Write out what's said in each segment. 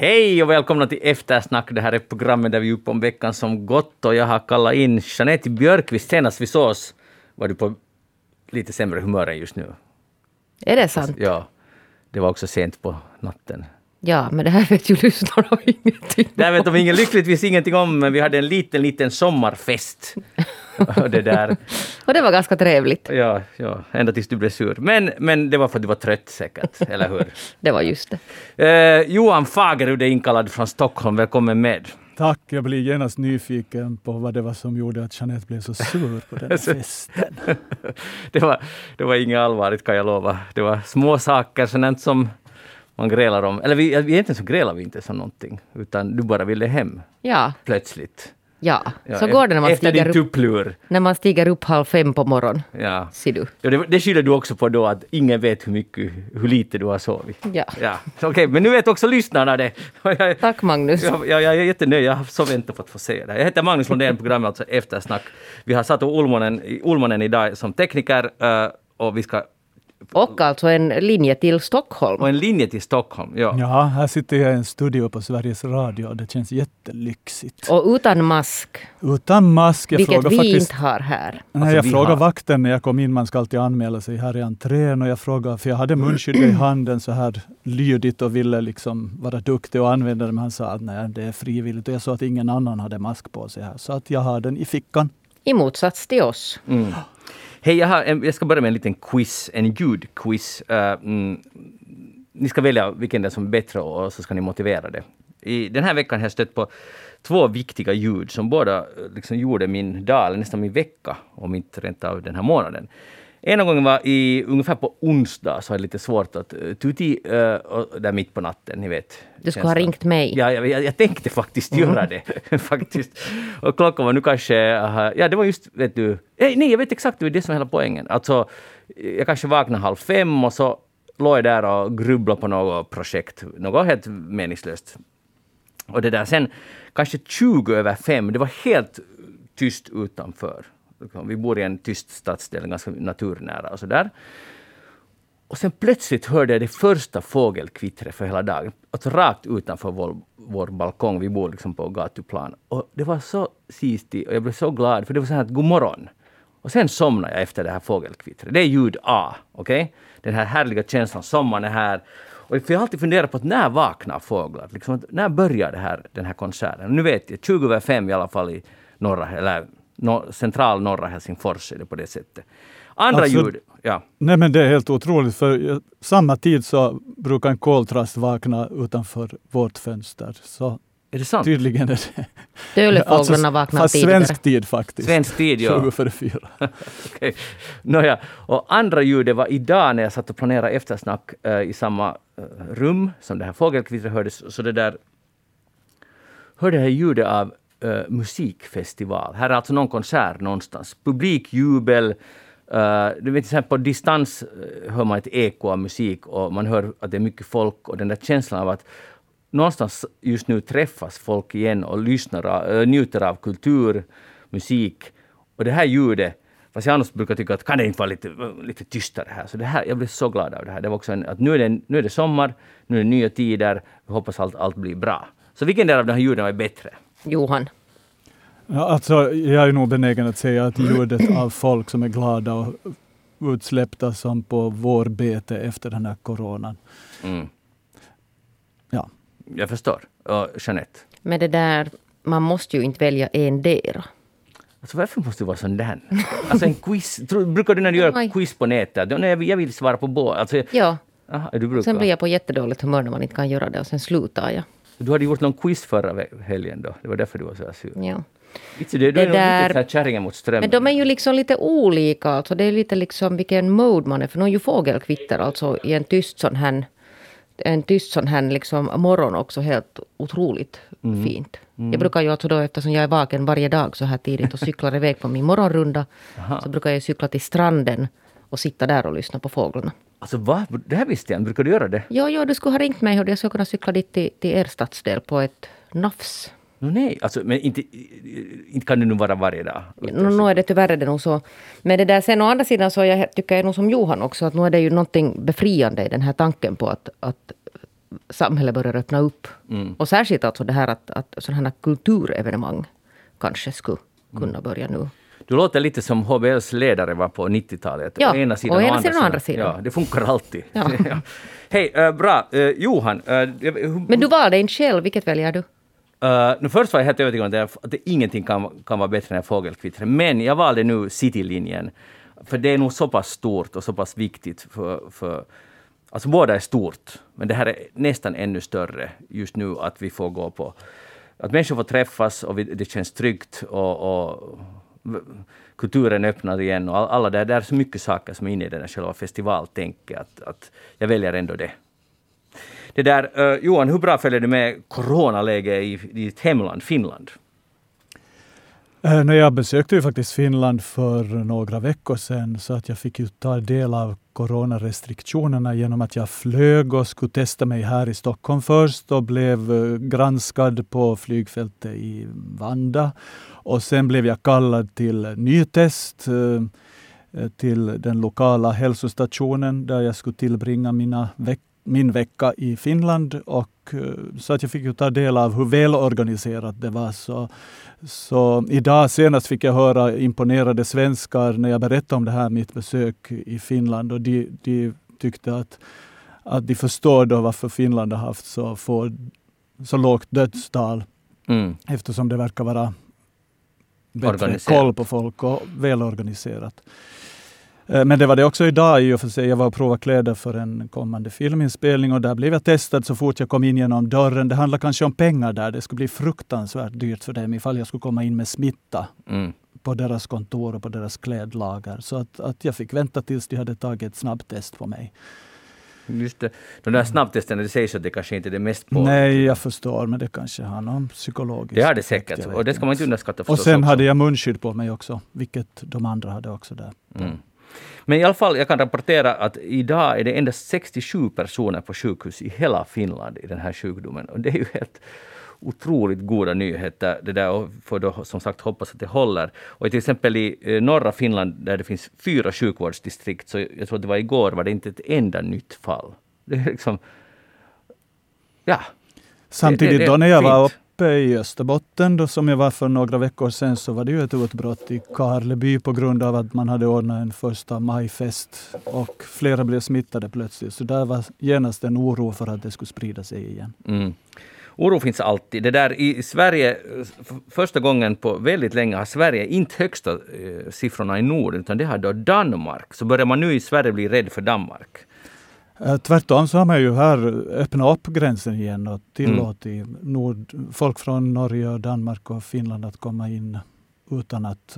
Hej och välkomna till Eftersnack. Det här är programmet där vi är uppe om veckan som gått. Och jag har kallat in Jeanette Björkqvist. Senast vi sås var du på lite sämre humör än just nu. Är det sant? Ja, det var också sent på natten. Ja, men det här vet ju lyssnarna ingenting om. Det här vet de lyckligtvis ingenting om, men vi hade en liten sommarfest. Och det där. Och det var ganska trevligt. Ja, ända tills du blev sur. Men det var för att du var trött säkert, eller hur? Det var just det. Johan Fagerud är inkallad från Stockholm. Välkommen med. Tack, jag blir genast nyfiken på vad det var som gjorde att Jeanette blev så sur på den här festen. det var inget allvarligt, kan jag lova. Det var små saker, sådant som man grälar om. Eller egentligen så grälar vi inte som någonting, utan du bara ville hem. Ja. Plötsligt. Ja, så går det när man efter stiger din tupplur. När man stiger upp 4:30 på morgonen. Ja. Ser du. Ja, det skyller du också på då, att ingen vet hur lite du har sovit. Ja. Okej, men nu vet också lyssnarna det. Tack Magnus. Jag är jättenöjd, jag har så väntat på att få se det. Jag heter Magnus Lundén, programmet alltså Eftersnack. Vi har satt Ulmonen idag som tekniker och vi ska... Och alltså en linje till Stockholm. Och en linje till Stockholm, ja. Ja, här sitter jag i en studio på Sveriges Radio och det känns jättelyxigt. Och utan mask. Utan mask. Vilket vi inte har här. Nej, jag frågade vakten när jag kom in, man ska alltid anmäla sig här i entrén, och jag frågade, för jag hade munskyddet i handen så här lydigt och ville liksom vara duktig och använda det, men han sa att nej, det är frivilligt, och jag sa att ingen annan hade mask på sig här, så att jag har den i fickan. I motsats till oss. Mm. Hej, jag ska börja med en liten quiz, en ljudquiz. Ni ska välja vilken det är som är bättre och så ska ni motivera det. I den här veckan har jag stött på 2 viktiga ljud som båda liksom gjorde min dag, eller nästan min vecka, om inte rent av den här månaden. Ena gången var ungefär på onsdag, så är det lite svårt att tuti där mitt på natten, ni vet. Du skulle ha ringt mig. Ja, jag tänkte faktiskt göra det. Faktiskt. Och klockan var nu kanske... Ja, det var just, vet du... Nej, jag vet exakt, det är det som är hela poängen. Alltså, jag kanske vaknade 4:30 och så låg jag där och grubblade på något projekt. Något helt meningslöst. Och det där sen, kanske 5:20, det var helt tyst utanför. Vi bor i en tyst stadsdel, ganska naturnära och sådär. Och sen plötsligt hörde jag det första fågelkvittret för hela dagen. Alltså rakt utanför vår balkong. Vi bor liksom på gatuplan. Och det var så sistigt och jag blev så glad, för det var så här att god morgon. Och sen somnade jag efter det här fågelkvittret. Det är ljud A, okej? Den här härliga känslan, sommaren är här. Och för jag har alltid funderat på att när vaknar fåglar? Liksom, när börjar den här konserten? Nu vet jag, 5:20 i alla fall i norra, eller central norra Helsingfors är det på det sättet. Andra ljud, ja. Nej, men det är helt otroligt, för samma tid så brukar en koltrast vakna utanför vårt fönster. Så är det sant? Tydligen är det. Dölefåglarna vaknar fast tidigare. Svensk tid faktiskt. Svensk tid, ja. 20:04. Okej. Nåja. Och andra ljudet var idag när jag satt och planerade eftersnack i samma rum som det här fågelkvittret hördes. Så det där hörde jag ljudet av musikfestival. Här är alltså någon konsert någonstans. Publikjubel. Du vet, till exempel på distans hör man ett eko av musik och man hör att det är mycket folk, och den där känslan av att någonstans just nu träffas folk igen och njuter av kultur, musik. Och det här ljudet, fast jag annars brukar tycka att kan det inte vara lite tystare här. Så det här, jag blev så glad av det här. Det var också att nu är det sommar, nu är det nya tider. Vi hoppas allt blir bra. Så vilken del av den här ljuden var bättre? Johan. Ja, alltså, jag är nog benägen att säga att ljudet av folk som är glada och utsläppta som på vårbete efter den här coronan. Mm. Ja. Jag förstår. Och Jeanette? Men det där, man måste ju inte välja en del. Alltså varför måste du vara sån där? Alltså en quiz. Brukar du när du gör quiz på nätet? Jag vill svara på båda. Alltså, ja. Aha, du brukar. Sen blir jag på jättedåligt humör när man inte kan göra det, och sen slutar jag. Du hade gjort någon quiz förra helgen då. Det var därför du var så här sur. Ja. Du är nog lite så här kärringen mot strömmen. Men de är ju liksom lite olika. Alltså det är lite liksom vilken mode man är. För nu är ju fågelkvitter alltså i en tyst sån här liksom morgon också helt otroligt fint. Jag brukar ju alltså då, eftersom jag är vaken varje dag så här tidigt och cyklar iväg på min morgonrunda. Aha. Så brukar jag cykla till stranden och sitta där och lyssna på fåglarna. Alltså va? Det här visste jag inte. Brukar du göra det? Ja, du skulle ha ringt mig och jag skulle kunna cykla dit till er stadsdel på ett nafs. Nej, alltså, men inte kan det nu vara varje dag. Nu är det tyvärr det nog så. Men det där sen å andra sidan så tycker jag nog som Johan också att nu är det ju någonting befriande i den här tanken på att samhället börjar öppna upp. Och särskilt alltså det här att sådana här kulturevenemang kanske skulle kunna börja nu. Du låter lite som HBLs ledare var på 90-talet. Ja, ena sidan och och ena sidan och andra sidan. Ja, det funkar alltid. Ja. Hej, bra. Johan. Men du valde inte själv, vilket väljer du? Först var jag helt övertygad om att det ingenting kan vara bättre än fågelkvitter. Men jag valde nu Citylinjen. För det är nog så pass stort och så pass viktigt för alltså båda är stort, men det här är nästan ännu större just nu att vi får gå på, att människor får träffas och det känns tryggt och kulturen öppnar igen och alla det är så mycket saker som är inne i den här själva festivaltänket att jag väljer ändå det. Det där, Johan, hur bra följer du med coronaläget i ditt hemland, Finland? Jag besökte ju faktiskt Finland för några veckor sedan så att jag fick ju ta del av coronarestriktionerna genom att jag flög och skulle testa mig här i Stockholm först och blev granskad på flygfältet i Vanda. Och sen blev jag kallad till nytest till den lokala hälsostationen där jag skulle tillbringa min vecka i Finland och så att jag fick ju ta del av hur välorganiserat det var. Så idag senast fick jag höra imponerade svenskar när jag berättade om det här mitt besök i Finland och de tyckte att de förstår då varför Finland har haft så lågt dödstal eftersom det verkar vara bättre koll på folk och välorganiserat. Men det var det också idag i och för sig. Jag var och provade kläder för en kommande filminspelning och där blev jag testad så fort jag kom in genom dörren. Det handlar kanske om pengar där. Det skulle bli fruktansvärt dyrt för dem ifall jag skulle komma in med smitta på deras kontor och på deras klädlager. Så att jag fick vänta tills de hade tagit ett snabbtest på mig. Just det. De där snabbtesterna, det sägs att det kanske inte är det mest på. Nej, jag förstår, men det kanske har någon psykologisk. Det har det säkert, och det ska man inte underskatta. Och sen också hade jag munskydd på mig också, vilket de andra hade också där. Men i alla fall, jag kan rapportera att idag är det endast 67 personer på sjukhus i hela Finland i den här sjukdomen. Och det är ju helt otroligt goda nyheter. Det där får då som sagt hoppas att det håller. Och till exempel i norra Finland där det finns 4 sjukvårdsdistrikt, så jag tror att det var igår, var det inte ett enda nytt fall. Det är liksom, ja. Samtidigt det då när jag var uppe i Österbotten då, som jag var för några veckor sedan, så var det ju ett utbrott i Karleby på grund av att man hade ordnat en första majfest och flera blev smittade plötsligt. Så där var genast en oro för att det skulle sprida sig igen. Oro finns alltid. Det där i Sverige, första gången på väldigt länge har Sverige inte högsta siffrorna i Norden, utan det har då Danmark. Så börjar man nu i Sverige bli rädd för Danmark. Tvärtom så har man ju här öppnat upp gränsen igen och tillåtit folk från Norge, Danmark och Finland att komma in utan att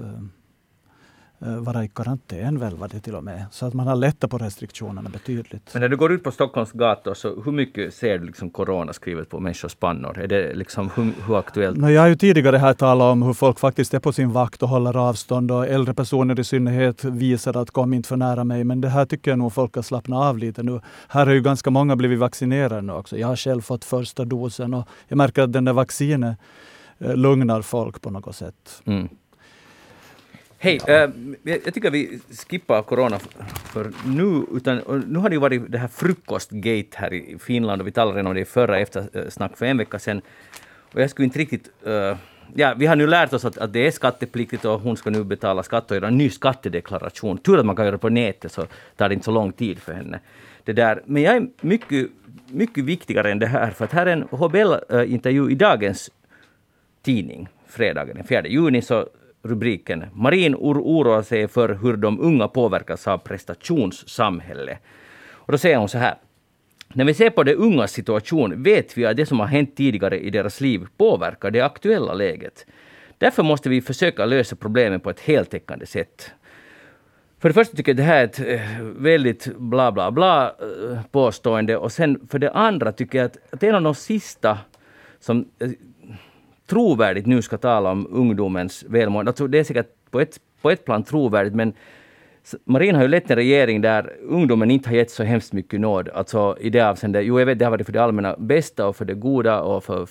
vara i karantän, väl var det till och med. Så att man har lättat på restriktionerna betydligt. Men när du går ut på Stockholms gator, så hur mycket ser du liksom corona skrivet på människors pannor? Är det liksom hur aktuellt? Jag har ju tidigare här talat om hur folk faktiskt är på sin vakt och håller avstånd och äldre personer i synnerhet visar att kom inte för nära mig. Men det här tycker jag nog folk har slappnat av lite nu. Här har ju ganska många blivit vaccinerade nu också. Jag har själv fått första dosen och jag märker att den där vaccinet lugnar folk på något sätt. Hej, jag tycker vi skippar corona för nu, utan nu har det ju varit det här frukostgate här i Finland och vi talade redan om det i förra eftersnack för en vecka sedan. Och jag skulle inte riktigt, vi har nu lärt oss att det är skattepliktigt och hon ska nu betala skatt och göra en ny skattedeklaration. Tur att man kan göra det på nätet så tar det inte så lång tid för henne. Det där. Men jag är mycket, mycket viktigare än det här, för att här är en HBL-intervju i dagens tidning, fredagen den 4 juni, så rubriken Marin oroar sig för hur de unga påverkas av prestationssamhälle. Och då säger hon så här: när vi ser på de ungas situation vet vi att det som har hänt tidigare i deras liv påverkar det aktuella läget. Därför måste vi försöka lösa problemen på ett heltäckande sätt. För det första tycker jag det här är ett väldigt bla bla bla påstående, och sen för det andra tycker jag att en av de sista som trovärdigt nu ska tala om ungdomens välmående. Alltså det är säkert på ett plan trovärdigt, men Marin har ju lett en regering där ungdomen inte har gett så hemskt mycket nåd. Alltså i det avseendet, jag vet det har varit för det allmänna bästa och för det goda och för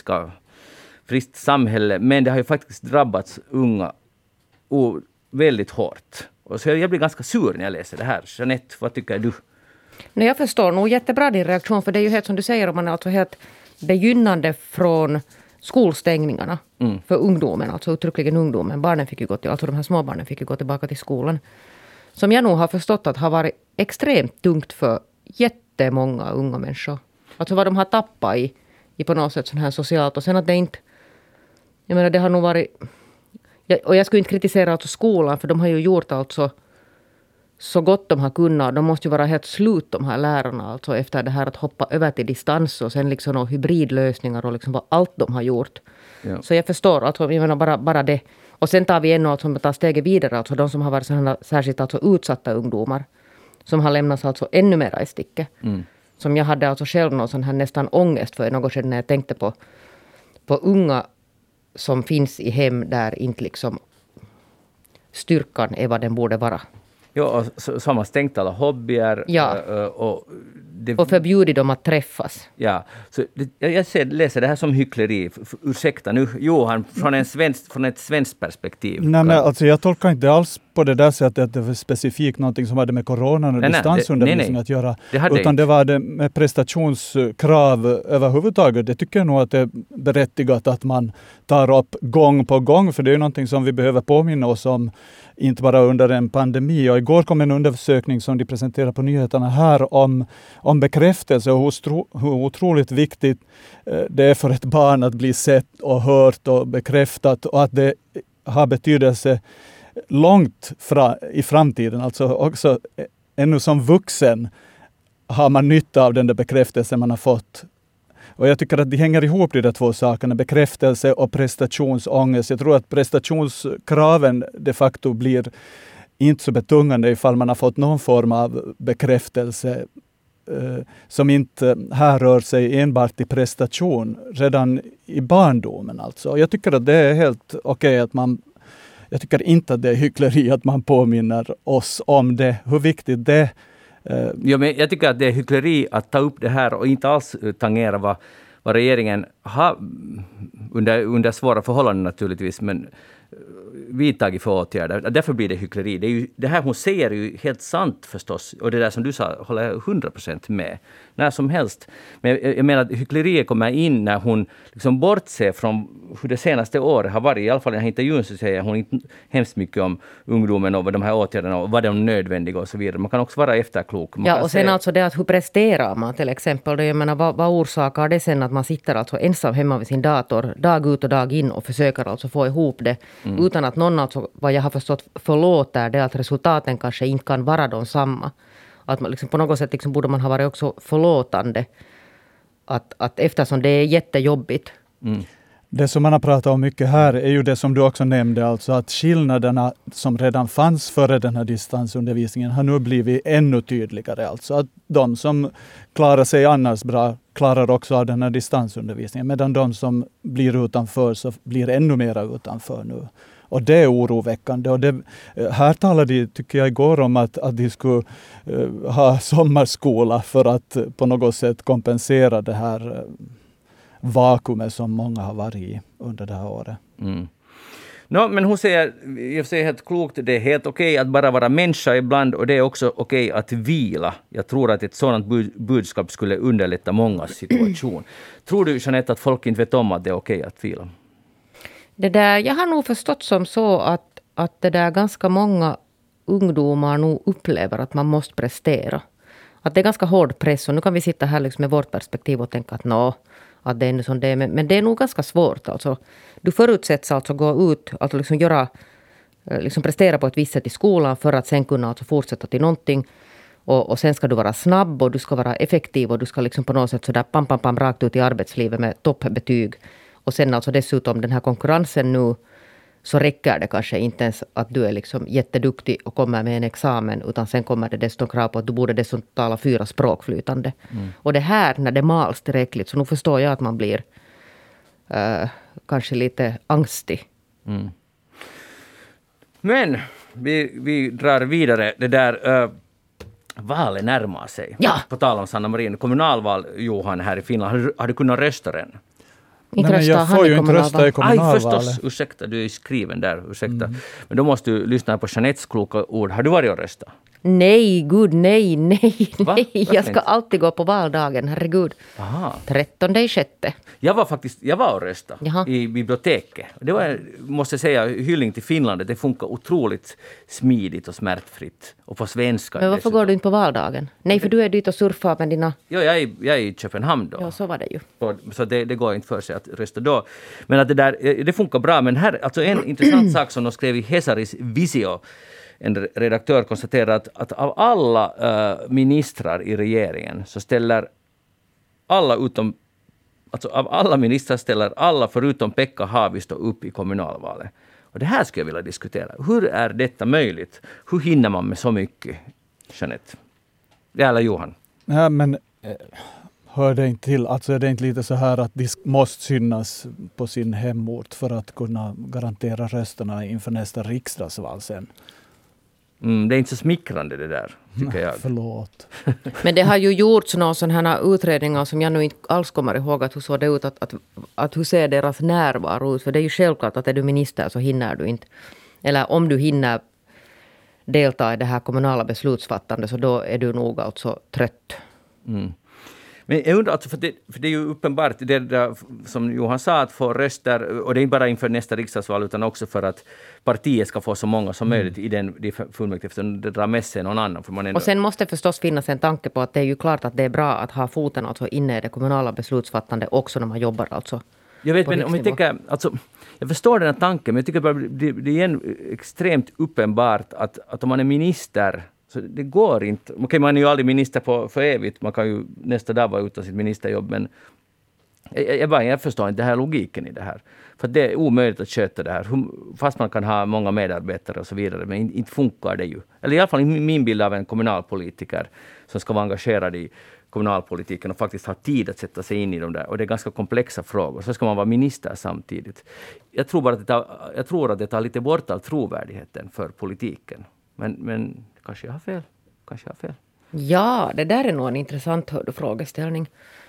friskt samhälle, men det har ju faktiskt drabbats unga väldigt hårt. Och så jag blir ganska sur när jag läser det här. Jeanette, vad tycker du? Nej, jag förstår nog jättebra din reaktion, för det är ju helt som du säger, om man är alltså helt begynnande från skolstängningarna för ungdomen, alltså uttryckligen ungdomen. Barnen fick ju gå till, alltså de här småbarnen fick ju gå tillbaka till skolan. Som jag nog har förstått att har varit extremt tungt för jättemånga unga människor. Alltså vad de har tappat i på något sätt sån här socialt. Och sen att det inte, jag menar det har nog varit, och jag skulle inte kritisera alltså skolan, för de har ju gjort alltså så gott de har kunnat. De måste ju vara helt slut, de här lärarna, alltså efter det här att hoppa över till distans och sen liksom och hybridlösningar och liksom vad allt de har gjort. Ja. Så jag förstår, alltså jag menar bara det. Och sen tar vi ännu alltså tar steget vidare, alltså de som har varit sådana särskilt alltså utsatta ungdomar som har lämnats alltså ännu mer i sticket. Som jag hade alltså själv någon sån här nästan ångest för något sedan när jag tänkte på unga som finns i hem där inte liksom styrkan är vad den borde vara. Ja, och så har man stängt alla hobbyer. Ja. Och förbjudit dem att träffas. Ja, så jag läser det här som hyckleri. Ursäkta nu, Johan, från ett svenskt perspektiv. Nej, men alltså jag tolkar inte alls på det där sättet att det var specifikt någonting som hade med coronan och distansundervisning att göra. Utan det var det med prestationskrav överhuvudtaget. Det tycker jag nog att det är berättigat att man tar upp gång på gång. För det är ju någonting som vi behöver påminna oss om. Inte bara under en pandemi. Och igår kom en undersökning som de presenterade på nyheterna här om bekräftelse och hur otroligt viktigt det är för ett barn att bli sett och hört och bekräftat och att det har betydelse långt i framtiden. Alltså också ännu som vuxen har man nytta av den där bekräftelsen man har fått. Och jag tycker att de hänger ihop de där två sakerna, bekräftelse och prestationsångest. Jag tror att prestationskraven de facto blir inte så betungande ifall man har fått någon form av bekräftelse som inte härrör sig enbart till prestation redan i barndomen. Alltså. Jag tycker att det är helt okej att jag tycker inte att det är hyckleri att man påminner oss om det, hur viktigt det är. Ja, men jag tycker att det är hyckleri att ta upp det här och inte alls tangera vad regeringen har under svåra förhållanden naturligtvis, men vidtagit för åtgärder. Därför blir det hyckleri. Det här hon säger är ju helt sant förstås. Och det där som du sa håller jag 100% med. När som helst. Men jag menar att hyckleriet kommer in när hon liksom bortser från hur det senaste året har varit. I alla fall i den här intervjun så säger hon inte hemskt mycket om ungdomen och de här åtgärderna och vad de är nödvändiga och så vidare. Man kan också vara efterklok. Ja, och sen alltså det att hur presterar man till exempel. Jag menar, vad orsakar det sen att man sitter alltså ensam hemma vid sin dator dag ut och dag in och försöker alltså få ihop det utan att någon alltså, vad jag har förstått, förlåter det att resultaten kanske inte kan vara de samma. Att man liksom på något sätt liksom borde man ha varit också förlåtande. Att eftersom det är jättejobbigt. Det som man har pratat om mycket här är ju det som du också nämnde, alltså att skillnaderna som redan fanns före den här distansundervisningen har nu blivit ännu tydligare. Alltså att de som klarar sig annars bra klarar också av den här distansundervisningen, medan de som blir utanför så blir ännu mer utanför nu. Och det är oroväckande. Och här talade de, tycker jag, igår om att de skulle ha sommarskola för att på något sätt kompensera det här vakuumet som många har varit i under det här året. Men hon säger helt klokt, det är helt okej att bara vara människa ibland och det är också okej att vila. Jag tror att ett sådant budskap skulle underlätta mångas situation. Tror du, Jeanette, att folk inte vet om att det är okej att vila? Det där, jag har nog förstått som så att det där ganska många ungdomar nog upplever att man måste prestera. Att det är ganska hård press och nu kan vi sitta här liksom med vårt perspektiv och tänka att det är som det är. Men det är nog ganska svårt. Alltså, du förutsätts alltså gå ut, alltså liksom liksom prestera på ett visst sätt i skolan för att sen kunna alltså fortsätta till någonting. Och sen ska du vara snabb och du ska vara effektiv och du ska liksom på något sätt sådär pam rakt ut i arbetslivet med toppbetyg. Och sen alltså dessutom den här konkurrensen nu, så räcker det kanske inte ens att du är liksom jätteduktig och kommer med en examen, utan sen kommer det dessutom krav på att du borde dessutom tala 4 språk flytande. Och det här, när det mals tillräckligt, så nu förstår jag att man blir kanske lite angstig. Men vi drar vidare. Det där valet närmar sig. Ja. På tal om Sanna Marin, kommunalval, Johan, här i Finland. Har du kunnat rösta än? Jag får ju inte rösta i kommunalvalet. Aj, förstås. Ursäkta, du är skriven där. Ursäkta. Men då måste du lyssna på Jeanettes kloka ord. Har du varit och röstat? Nej, gud, nej. Va? Jag ska alltid gå på valdagen, herregud. Aha. 13/6. Jag var och röstade Jaha. i biblioteket. Det var, måste jag säga, hyllning till Finland. Det funkar otroligt smidigt och smärtfritt. Och på svenska. Men varför går du inte på valdagen? Nej, för du är dit och surfar med dina... Ja, jag är i Köpenhamn då. Ja, så var det ju. Så det går inte för sig att rösta då. Men att det funkar bra. Men här, alltså en intressant sak som de skrev i Hesaris Visio. En redaktör konstaterar att av alla ministrar i regeringen så ställer alla utom... Alltså av alla ministrar ställer alla förutom Pekka Haavisto upp i kommunalvalet. Och det här skulle jag vilja diskutera. Hur är detta möjligt? Hur hinner man med så mycket? Jeanette? Eller Johan? Ja, men hör det inte till? Alltså är det inte lite så här att de måste synas på sin hemort för att kunna garantera rösterna inför nästa riksdagsval sen? Det är inte så smickrande det där, tycker jag. Förlåt. Men det har ju gjorts några sådana här utredningar som jag nu inte alls kommer ihåg att hur såg det ut, att hur ser deras närvaro ut. För det är ju självklart att är du minister så hinner du inte. Eller om du hinner delta i det här kommunala beslutsfattandet så då är du nog alltså trött. Mm. Men jag undrar, alltså, för det är ju uppenbart det där, som Johan sa, att få röster, och det är inte bara inför nästa riksdagsval utan också för att partiet ska få så många som möjligt i den fullmäktige, för det drar med sig någon annan. För man ändå... Och sen måste förstås finnas en tanke på att det är ju klart att det är bra att ha foten alltså inne i det kommunala beslutsfattandet också när man jobbar alltså. Jag vet, men om jag tänker, alltså, jag förstår den här tanken, men jag tycker bara det är igen extremt uppenbart att om man är minister, så det går inte. Okej, man är ju aldrig minister för evigt. Man kan ju nästa dag vara utan sitt ministerjobb. Men jag förstår inte den här logiken i det här. För det är omöjligt att sköta det här. Fast man kan ha många medarbetare och så vidare. Men inte funkar det ju. Eller i alla fall i min bild av en kommunalpolitiker som ska vara engagerad i kommunalpolitiken och faktiskt ha tid att sätta sig in i dem där. Och det är ganska komplexa frågor. Så ska man vara minister samtidigt. Jag tror att det tar lite bort all trovärdigheten för politiken. Men kanske jag har fel. Ja, det där är nog en intressant frågeställning.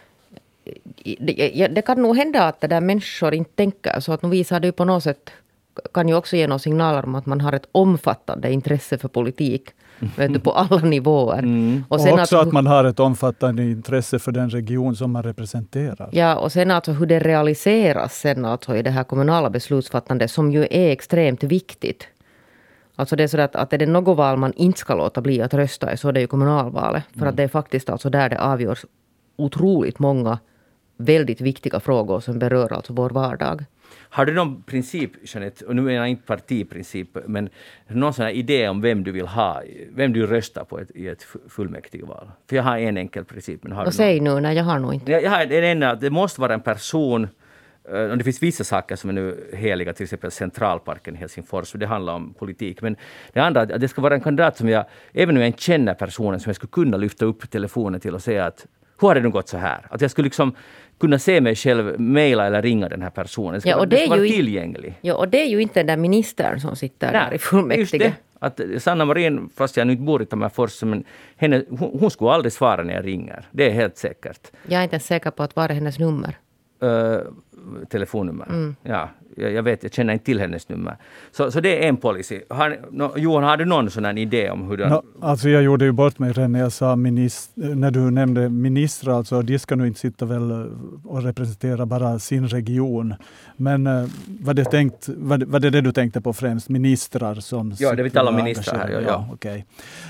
Det kan nog hända att det där människor inte tänker så att nu visar det ju på något sätt, kan ju också ge några signaler om att man har ett omfattande intresse för politik. Vet du, på alla nivåer. Och sen också att man har ett omfattande intresse för den region som man representerar. Ja, och sen alltså hur det realiseras sen alltså i det här kommunala beslutsfattandet som ju är extremt viktigt. Alltså det är så att är det något val man inte ska låta bli att rösta i så är det ju kommunalvalet. För att det är faktiskt alltså där det avgörs otroligt många väldigt viktiga frågor som berör alltså vår vardag. Har du någon princip, Jeanette, och nu menar jag inte partiprincip, men någon sån här idé om vem du röstar på i ett fullmäktigeval? För jag har en enkel princip. Men har och säg nu, nej jag har nog inte. Jag har en enda, det måste vara en person. Och det finns vissa saker som är nu heliga, till exempel Centralparken i Helsingfors, och det handlar om politik. Men det andra, att det ska vara en kandidat som jag, även om jag inte känner personen, som jag skulle kunna lyfta upp telefonen till och säga att hur har det nu gått så här? Att jag skulle liksom kunna se mig själv mejla eller ringa den här personen. Det ska vara tillgänglig. Ja, och det är ju inte den där ministern som sitter där i fullmäktige. Just det. Att Sanna Marin, fast jag nu inte bor i Tammerfors, men hon skulle aldrig svara när jag ringer. Det är helt säkert. Jag är inte säker på att vara hennes nummer. Telefonnummer. Ja, jag känner inte till hennes nummer. Så det är en policy. Johan, har du någon sån här idé om hur det... Alltså jag gjorde ju bort mig redan när jag sa när du nämnde ministrar, alltså de ska nog inte sitta väl och representera bara sin region. Men var det du tänkte på främst? Ministrar som... Ja, det vet alla ministrar här. Ja. Okej.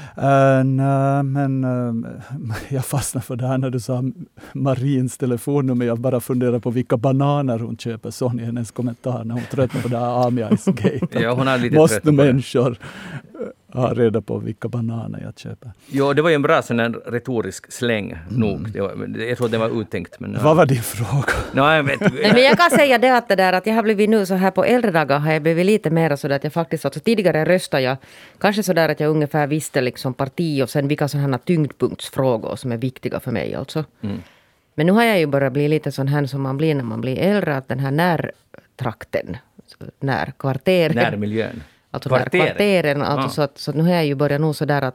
Men jag fastnade för det här när du sa Marins telefonnummer. Jag bara funderar på vilka bananer hon köper, sån i hennes kommentar när hon tröttnar på det här Amiais-gate. Ja, hon är lite måste människor ha reda på vilka bananer jag köper. Jo, det var ju en bra sån här retorisk släng nog. Jag tror det var uttänkt. Men, vad var din fråga? Men jag kan säga det att jag har blivit nu så här på äldre dagar har jag blivit lite mer så att jag faktiskt, alltså tidigare röstade jag kanske så där att jag ungefär visste liksom parti och sen vilka sådana tyngdpunktsfrågor som är viktiga för mig alltså. Men nu har jag ju börjat bli lite sån här som man blir när man blir äldre, att den här närtrakten, närkvarteren. Närmiljön. Alltså kvarteren. Alltså så nu har jag ju börjat nog så där att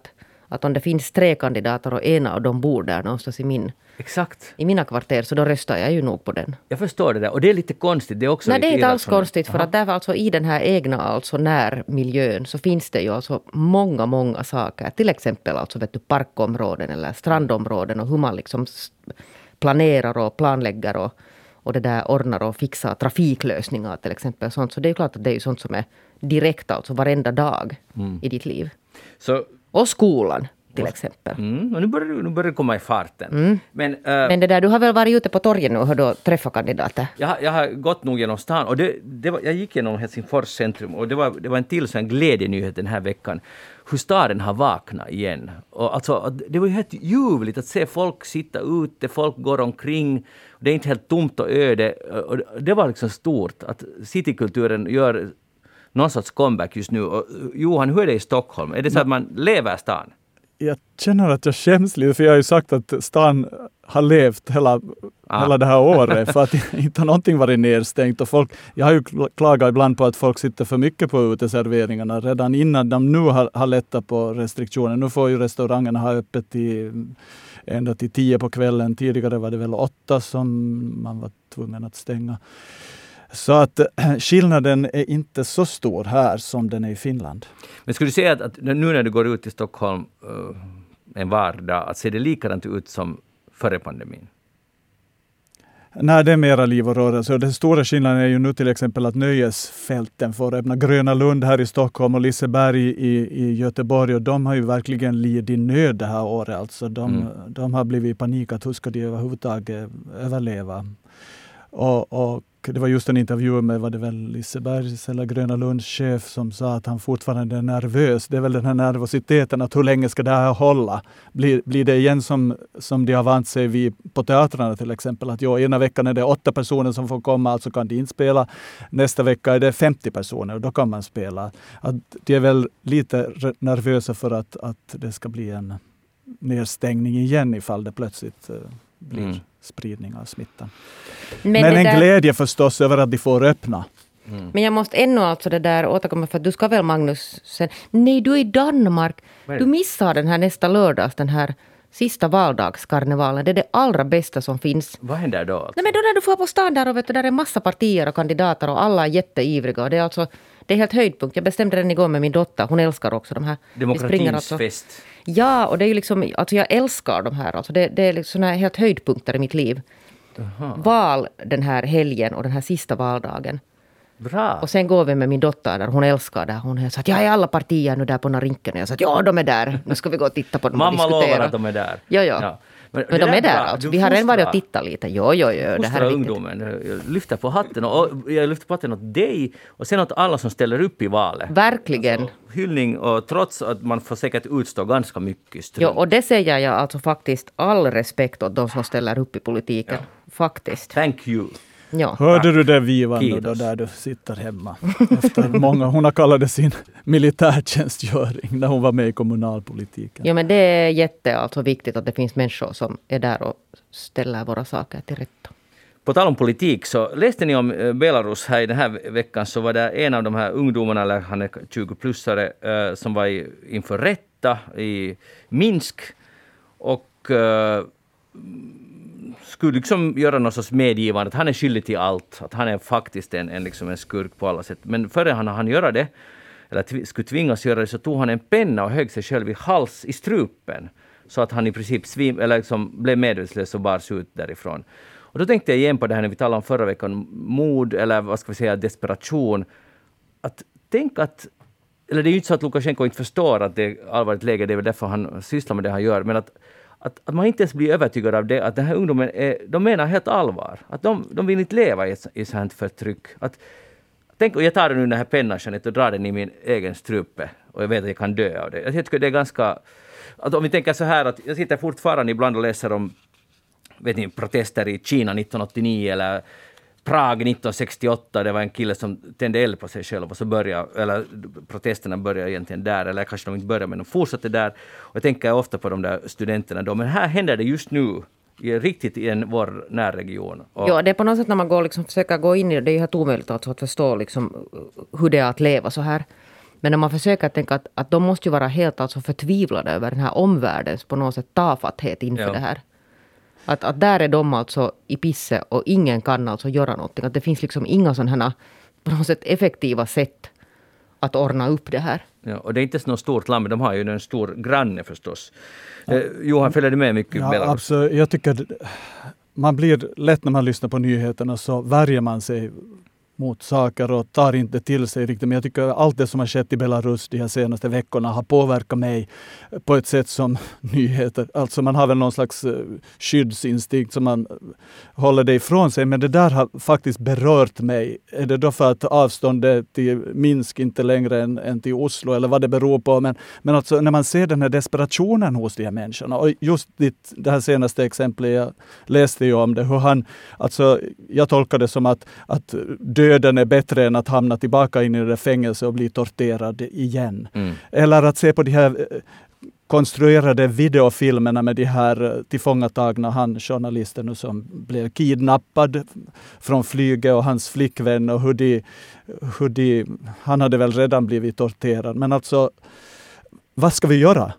att om det finns 3 kandidater och ena av dem bor där någonstans Exakt. i mina kvarter, så då röstar jag ju nog på den. Jag förstår det där. Och det är lite konstigt. Det är också Nej, det är lite inte alls irrationellt. konstigt, för att där var alltså i den här egna alltså närmiljön så finns det ju alltså många saker. Till exempel alltså vet du, parkområden eller strandområden och hur man liksom planerar och planlägger och det där ordnar och fixar trafiklösningar till exempel. Sånt. Så det är klart att det är ju sånt som är direkt alltså varenda dag i ditt liv. Så, Och skolan till exempel. och nu börjar det komma i farten. Men Men det där, du har väl varit ute på torget nu och då träffat kandidater? jag har gått nog genom stan och jag gick genom Helsingfors centrum och det var en till sån glädjenyhet den här veckan. Hur staden har vaknat igen. Och alltså, det var ju helt ljuvligt att se folk sitta ute, folk går omkring. Det är inte helt tomt och öde. Och det var liksom stort att citykulturen gör någon sorts comeback just nu. Och Johan, hur är det i Stockholm? Är det så att man lever stan? Jag känner att jag skäms lite, för jag har ju sagt att stan har levt hela det här året, för att inte har någonting varit nedstängt. Och jag har ju klagat ibland på att folk sitter för mycket på uteserveringarna redan innan de nu har lättat på restriktioner. Nu får ju restaurangerna ha öppet ända till 10 på kvällen. Tidigare var det väl 8 som man var tvungen att stänga. Så att skillnaden är inte så stor här som den är i Finland. Men skulle du säga att nu när du går ut i Stockholm en vardag, att ser det likadant ut som före pandemin? Nej, det är mera liv och rörelse. Den stora skillnaden är ju nu till exempel att nöjesfälten får öppna. Gröna Lund här i Stockholm och Liseberg i Göteborg. Och de har ju verkligen lidit nöd det här året. Alltså de har blivit i panik att hur ska de överhuvudtaget överleva. Och det var just en intervju med vad det väl Lisebergs eller Gröna Lunds chef som sa att han fortfarande är nervös. Det är väl den här nervositeten att hur länge ska det här hålla? Blir det igen som de har vant sig vid på teatrarna till exempel? Att ena veckan är det 8 personer som får komma, alltså kan de inte spela. Nästa vecka är det 50 personer och då kan man spela. Att de är väl lite nervösa för att det ska bli en nedstängning igen ifall det plötsligt blir spridning av smittan. Men en glädje förstås över att de får öppna. Men jag måste ännu alltså det där återkomma, för att du ska väl, Magnus sen. Nej, du är i Danmark. Du missar den här nästa lördag, den här sista valdagskarnevalen. Det är det allra bästa som finns. Vad händer då? Alltså? Nej, men då när du får på stan där och vet du, där är massa partier och kandidater och alla är jätteivriga. Och det är helt höjdpunkt. Jag bestämde den igår med min dotter. Hon älskar också de här. Demokratins fest. Ja, och det är ju liksom, alltså jag älskar de här. Alltså det är liksom såna helt höjdpunkter i mitt liv. Val den här helgen och den här sista valdagen. Bra. Och sen går vi med min dotter där, hon älskar det. Hon har sagt, jag är alla partier nu där på Narinken. Och jag har sagt, ja, de är där. Nu ska vi gå och titta på dem. Mamma lovar att de är där. Ja. Men de är där alltså. Vi har redan varit och tittat lite. Jo. Det här är ungdomen. Jag lyfter på hatten och jag lyfter på hatten åt dig och sen åt alla som ställer upp i valet. Verkligen. Alltså, hyllning, och trots att man får säkert utstå ganska mycket strunt. Ja, och det säger jag alltså faktiskt all respekt åt de som ställer upp i politiken. Ja. Faktiskt. Thank you. Ja. Hörde du det, Vivan, då där du sitter hemma? Efter hon har kallat det sin militärtjänstgöring när hon var med i kommunalpolitiken. Ja, men det är alltså viktigt att det finns människor som är där och ställer våra saker till rätta. På tal om politik, så läste ni om Belarus här i den här veckan, så var det en av de här ungdomarna, eller han är 20-plussare, som var inför rätta i Minsk och skulle liksom göra något sorts medgivande att han är skyldig till allt, att han är faktiskt en skurk på alla sätt. Men före han göra det, eller skulle tvingas göra det, så tog han en penna och högg sig själv i strupen, så att han i princip blev medvetslös och bars ut därifrån. Och då tänkte jag igen på det här när vi talade om förra veckan, mod eller vad ska vi säga, desperation. Att tänka att, eller det är ju inte så att Lukasjenko inte förstår att det är allvarligt läge, det är väl därför han sysslar med det han gör, men att man inte ens blir övertygad av det, att den här ungdomen de menar helt allvar. Att de vill inte leva i sånt förtryck. Tänk, och jag tar den här pennan och drar den i min egen strupe och jag vet att jag kan dö av det. Jag tycker det är ganska, att om vi tänker så här, att jag sitter fortfarande ibland och läser om protester i Kina 1989 eller Prag 1968, det var en kille som tände eld på sig själv och så protesterna började egentligen där, eller kanske de inte började men de fortsatte där. Och jag tänker ofta på de där studenterna då, men här händer det just nu riktigt i vår närregion. Ja, det är på något sätt när man försöker gå in i det, det är ju helt omöjligt att förstå hur det är att leva så här. Men när man försöker tänka att de måste ju vara helt alltså förtvivlade över den här omvärldens på något sätt tafatthet inför det här. Att där är de alltså i pisse och ingen kan alltså göra någonting. Att det finns liksom inga sådana här på något sätt effektiva sätt att ordna upp det här. Ja, och det är inte så något stort land, men de har ju en stor granne förstås. Johan, följer du med mycket? Ja, absolut. Jag tycker man blir lätt när man lyssnar på nyheterna så värjer man sig mot saker och tar inte till sig riktigt. Men jag tycker att allt det som har skett i Belarus de här senaste veckorna har påverkat mig på ett sätt som nyheter. Alltså man har väl någon slags skyddsinstinkt som man håller det ifrån sig. Men det där har faktiskt berört mig. Är det då för att avståndet till Minsk inte längre än till Oslo eller vad det beror på. Men alltså när man ser den här desperationen hos de här människorna. Och just det här senaste exemplet jag läste ju om det. Hur han, alltså jag tolkar det som att döden är bättre än att hamna tillbaka in i det fängelse och bli torterad igen. Eller att se på de här konstruerade videofilmerna med de här tillfångatagna journalisten som blev kidnappad från flyget och hans flickvän och han hade väl redan blivit torterad. Men alltså, vad ska vi göra?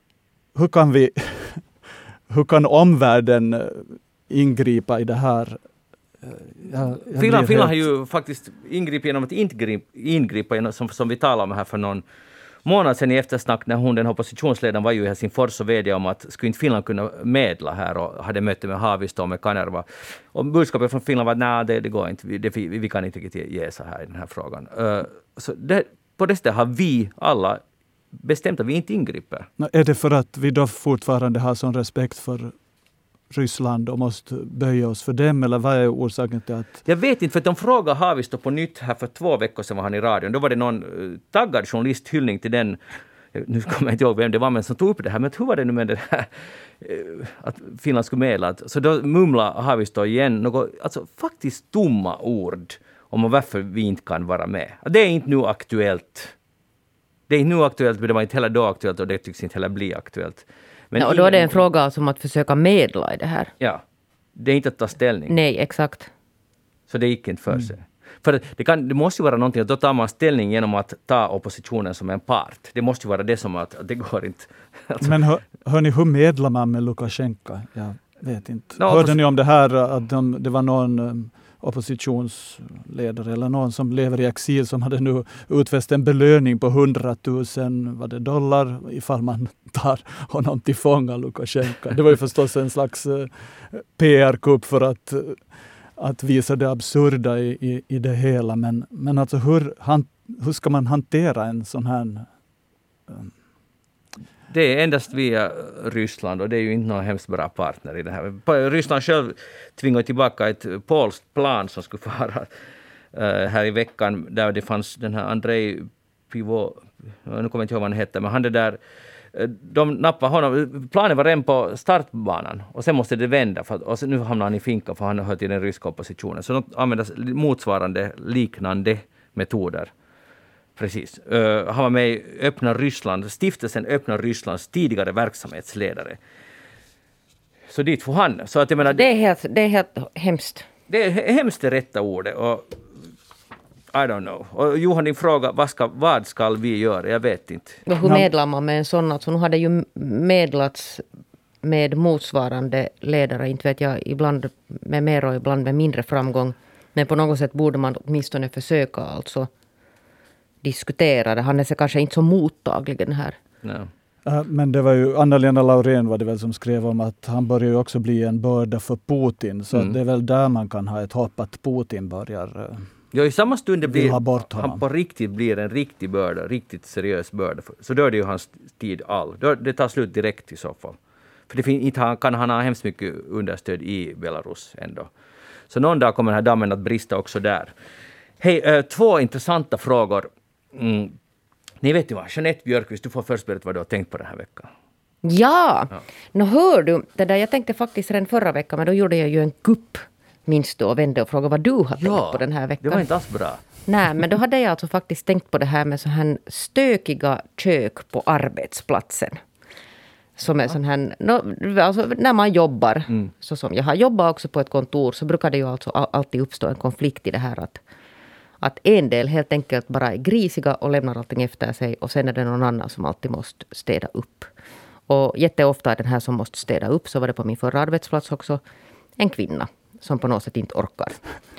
Hur kan omvärlden ingripa i det här? Finland har ju faktiskt ingripit genom att ingripa som vi talade om här för någon månad sedan i eftersnack när den oppositionsledaren var ju i Helsingfors och vädjade om att skulle inte Finland kunna medla här och hade möte med Haavisto och med Kanerva. Och budskapet från Finland var att nej, det går inte, vi kan inte ge så här i den här frågan. Så på det stället har vi alla bestämt att vi inte ingriper. Är det för att vi då fortfarande har sån respekt för Ryssland och måste böja oss för dem, eller vad är orsaken till att... Jag vet inte, för att de frågade Haavisto på nytt här för 2 veckor sedan var han i radion. Då var det någon taggad journalisthyllning till den, nu kommer jag inte ihåg vem det var, men som tog upp det här. Men hur var det nu med det här att Finland skulle medla? Så då mumlade Haavisto igen något, alltså faktiskt tomma ord om varför vi inte kan vara med. Det är inte nu aktuellt. Det är inte nu aktuellt, men det var inte heller då aktuellt och det tycks inte heller bli aktuellt. Men och då är det en fråga om att försöka medla i det här. Ja, det är inte att ta ställning. Nej, exakt. Så det gick inte för sig. För det måste ju vara någonting att då tar man ställning genom att ta oppositionen som en part. Det måste ju vara det som att det går inte. Alltså. Men hörni, hur medlar man med Lukasjenko? Jag vet inte. Hörde ni om det här att det var någon oppositionsledare eller någon som lever i exil som hade nu utfäst en belöning på 100 000 dollar ifall man tar honom till fånga, Lukasjenko. Det var ju förstås en slags PR-kupp för att visa det absurda i det hela. Men alltså hur ska man hantera en sån här... Det är endast via Ryssland och det är ju inte någon hemskt bra partner i det här. Ryssland själv tvingade tillbaka ett polskt plan som skulle vara här i veckan där det fanns den här Andrei Pivot, nu kommer jag inte ihåg vad han hette, men han det där, de nappade honom, planen var redan på startbanan och sen måste det vända och nu hamnar han i finkan för han hör till den ryska oppositionen. Så de använder motsvarande liknande metoder. Precis. Han var med i Öppna Ryssland, stiftelsen Öppna Rysslands tidigare verksamhetsledare. Så dit får han. Så att jag menar, det är helt hemskt. Det är hemskt det rätta ordet. Och I don't know. Och Johan, din fråga, vad ska vi göra? Jag vet inte. Och hur medlar man med en sån? Alltså, nu har det ju medlats med motsvarande ledare, inte vet jag, ibland med mer och ibland med mindre framgång. Men på något sätt borde man åtminstone försöka alltså diskutera det. Han är så kanske inte så mottaglig den här. No. Men det var ju Anna-Lena Laurén var det väl som skrev om att han börjar ju också bli en börda för Putin. Så det är väl där man kan ha ett hopp att Putin börjar i samma stund det blir han på riktigt blir en riktig börda, riktigt seriös börda. Så då är det ju hans tid all. Det tar slut direkt i så fall. För det inte kan han ha hemskt mycket understöd i Belarus ändå. Så någon dag kommer den här dammen att brista också där. Hej, 2 intressanta frågor. Ni vet ju vad, Jeanette Björkqvist, du får först berätta vad du har tänkt på den här veckan. Ja. Nå hör du, det där, jag tänkte faktiskt redan förra veckan, men då gjorde jag ju en kupp, minst då, och vände och frågade vad du har tänkt på den här veckan. Det var inte alls bra. Nej, men då hade jag alltså faktiskt tänkt på det här med så här stökiga kök på arbetsplatsen. Som är sån här, alltså när man jobbar, så som jag har jobbat också på ett kontor, så brukar det ju alltså alltid uppstå en konflikt i det här Att en del helt enkelt bara är grisiga och lämnar allting efter sig. Och sen är det någon annan som alltid måste städa upp. Och jätteofta är den här som måste städa upp, så var det på min förra arbetsplats också, en kvinna som på något sätt inte orkar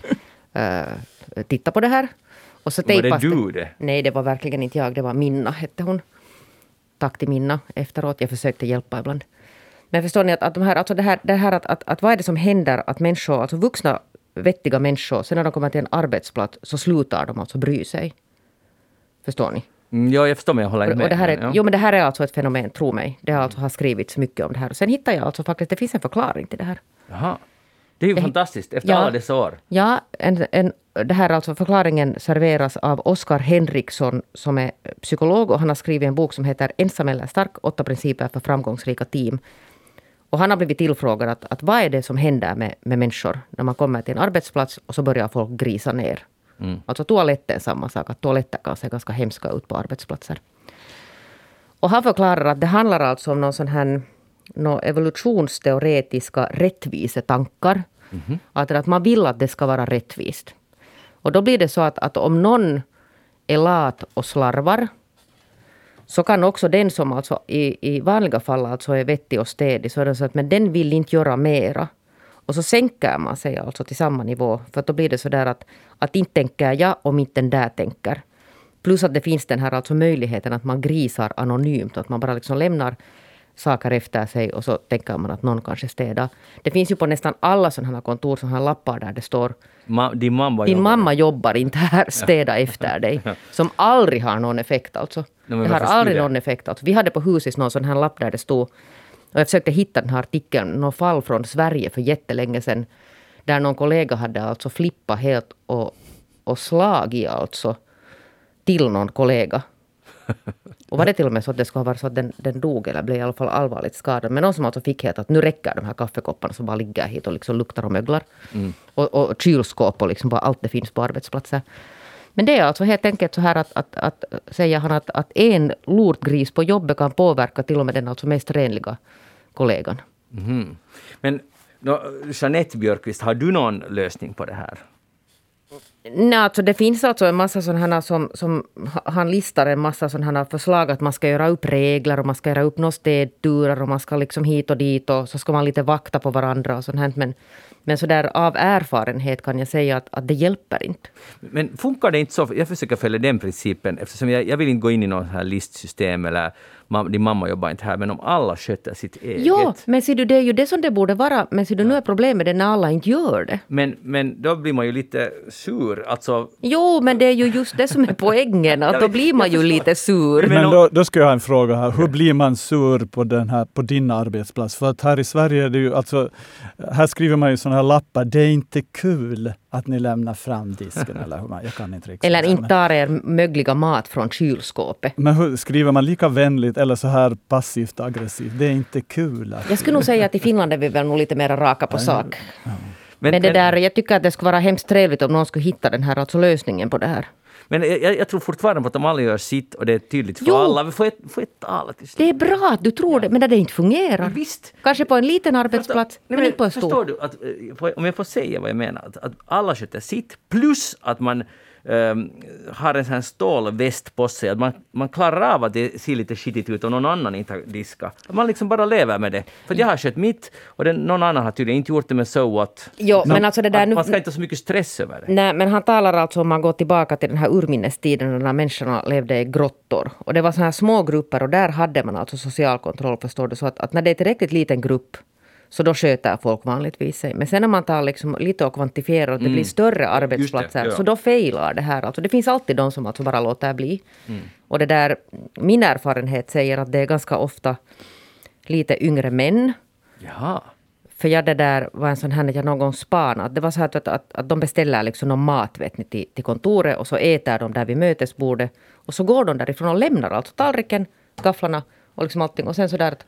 titta på det här. Och så var det du det? Nej, det var verkligen inte jag. Det var Minna, hette hon. Tack till Minna efteråt. Jag försökte hjälpa ibland. Men förstår ni att vad är det som händer att människor, alltså vuxna vettiga människor, sen när de kommer till en arbetsplats så slutar de alltså bry sig. Förstår ni? Ja, jag förstår, men jag håller med. Och det här är, jo, men det här är alltså ett fenomen, tro mig. Det har skrivits mycket om det här. Och sen hittar jag alltså faktiskt, det finns en förklaring till det här. Jaha. Det är ju fantastiskt, efter alla dessa år. Ja, det här alltså förklaringen serveras av Oskar Henriksson som är psykolog, och han har skrivit en bok som heter Ensam eller stark, 8 principer för framgångsrika team. Och han har blivit tillfrågad att vad är det som händer med människor när man kommer till en arbetsplats och så börjar folk grisa ner. Alltså toaletten är samma sak, att toaletter kan se ganska hemska ut på arbetsplatser. Och han förklarar att det handlar alltså om någon sån här evolutionsteoretiska rättvisetankar. Att man vill att det ska vara rättvist. Och då blir det så att om någon är lat och slarvar, så kan också den som alltså i vanliga fall alltså är vettig och städig, så är det så att men den vill inte göra mera. Och så sänker man sig alltså till samma nivå. För då blir det så där att inte tänker jag om inte den där tänker. Plus att det finns den här alltså möjligheten att man grisar anonymt. Att man bara liksom lämnar saker efter sig och så tänker man att någon kanske städar. Det finns ju på nästan alla sådana här kontor som har lappar där det står Din mamma jobbar inte här, städa efter dig. Som aldrig har någon effekt alltså. Det har aldrig någon effekt alltså. Vi hade på huset någon sån här lapp där det stod, och jag försökte hitta den här artikeln, någon fall från Sverige för jättelänge sedan, där någon kollega hade alltså flippat helt och slagit alltså till någon kollega. Och var det till och med så att det skulle ha varit så att den dog eller blev i alla fall allvarligt skadad. Men någon som alltså fick helt att nu räcker de här kaffekopparna som bara ligger hit och liksom luktar och möglar. Och kylskåp och liksom bara allt det finns på arbetsplatser. Men det är alltså helt enkelt så här att säger han att en lortgris på jobbet kan påverka till och med den alltså mest renliga kollegan. Men Jeanette Björkqvist, har du någon lösning på det här? Nej, alltså det finns alltså en massa sådana som han listar en massa sådana förslag att man ska göra upp regler och man ska göra upp några städturer och man ska liksom hit och dit och så ska man lite vakta på varandra och sånt här. Men så där av erfarenhet kan jag säga att det hjälper inte. Men funkar det inte så? Jag försöker följa den principen eftersom jag vill inte gå in i något här listsystem eller din mamma jobbar inte här, men om alla sköter sitt eget. Ja, men ser du, det är ju det som det borde vara. Men ser du, nu är problemet det när alla inte gör det. Men då blir man ju lite sur. Alltså... Jo, men det är ju just det som är poängen. Att då blir man ju lite sur. Men då ska jag ha en fråga här. Hur blir man sur på din arbetsplats? För att här i Sverige är det ju, alltså, här skriver man ju sådana här lappar. Det är inte kul att ni lämnar fram disken. Eller hur man, jag kan inte riktigt. Eller inte tar er mögliga mat från kylskåpet. Men hur skriver man lika vänligt eller så här passivt aggressivt? Det är inte kul. Jag skulle nog säga att i Finland är vi väl nog lite mer raka på sak. Ja. Men det där, jag tycker att det skulle vara hemskt trevligt om någon skulle hitta den här alltså lösningen på det här. Men jag tror fortfarande på att de alla gör sitt och det är tydligt för alla. Vi får ett tala till slut. Det är bra att du tror det, men när det inte fungerar. Men visst. Kanske på en liten arbetsplats, men inte på en stor. Förstår du, att, om jag får säga vad jag menar, att alla sköter sitt, plus att man har en sån här stålväst på sig, att man klarar av att det ser lite skitigt ut och någon annan inte har diskat. Att man liksom bara lever med det. För jag har skött mitt och någon annan har tydligen inte gjort det med så att... Jo, men alltså det där nu, man ska inte ha så mycket stress över det. Nej, men han talar alltså om man går tillbaka till den här urminnestiden när människorna levde i grottor. Och det var såna här små grupper och där hade man alltså social kontroll, förstår du. Så att när det är tillräckligt liten grupp så då sköter folk vanligtvis sig. Men sen när man tar liksom lite och kvantifierar och det blir större arbetsplatser, så då failar det här. Alltså det finns alltid de som alltså bara låter bli. Och det där, min erfarenhet säger att det är ganska ofta lite yngre män. Jaha. För det där var en sån här när jag någon gång spanade. Det var så här att de beställer liksom någon mat till kontoret och så äter de där vid mötesbordet. Och så går de därifrån och lämnar alltså tallriken, gafflarna och liksom allting. Och sen så där att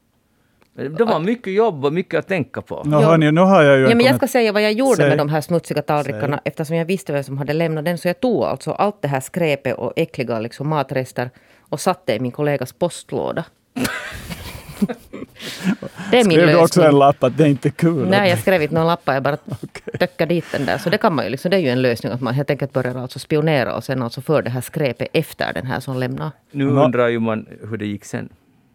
det var mycket jobb och mycket att tänka på. Nu har jag ju men jag ska säga vad jag gjorde med de här smutsiga tallrikarna. Eftersom jag visste vem som hade lämnat den. Så jag tog alltså allt det här skräpet och äckliga liksom matrester och satte i min kollegas postlåda. Det är min Skrev lösning. du också en lapp att det är inte kul? Nej, jag skrev inte någon lappa, jag bara töckar dit den där. Så det kan man ju liksom, det är ju en lösning att man helt enkelt börjar alltså spionera och sen alltså för det här skräpet efter den här som lämnar. Nu undrar ju man hur det gick sen.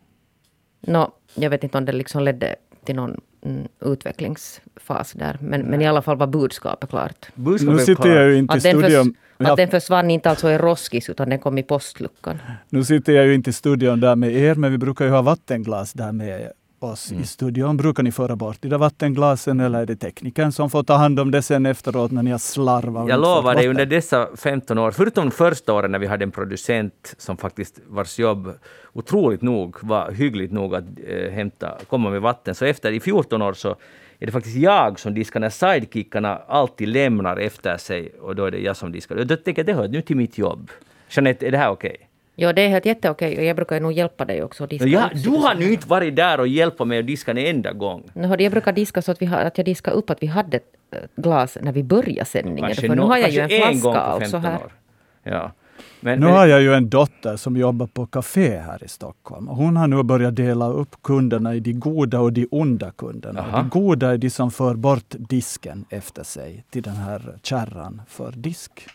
Jag vet inte om det liksom ledde till någon utvecklingsfas där. Men i alla fall var budskapet klart. Nu sitter jag ju inte i studion. Att den försvann inte alltså i roskis utan den kom i postluckan. Nu sitter jag ju inte i studion där med er, men vi brukar ju ha vattenglas där med oss i studion. Brukar ni föra bort de där vattenglasen eller är det teknikern som får ta hand om det sen efteråt när ni har slarvat? Jag lovar dig, under dessa 15 år, förutom första året när vi hade en producent som faktiskt vars jobb otroligt nog var hyggligt nog att komma med vatten, så efter i 14 år så är det faktiskt jag som diskar när sidekickarna alltid lämnar efter sig och då är det jag som diskar. Och då tänker jag, det hör nu till mitt jobb. Jeanette, är det här okej? Ja, det är helt jätteokej och jag brukar nog hjälpa dig också att diska. Ja, du har nu inte varit där och hjälpt mig att diska en enda gång. Jag brukar diska så att jag diskar upp att vi hade ett glas när vi började sändningen. Kanske för nu har jag ju en gång flaska på 15 alltså här. år. Ja. Nu har jag ju en dotter som jobbar på café här i Stockholm. Och hon har nu börjat dela upp kunderna i de goda och de onda kunderna. Aha. De goda är de som för bort disken efter sig till den här kärran för disk.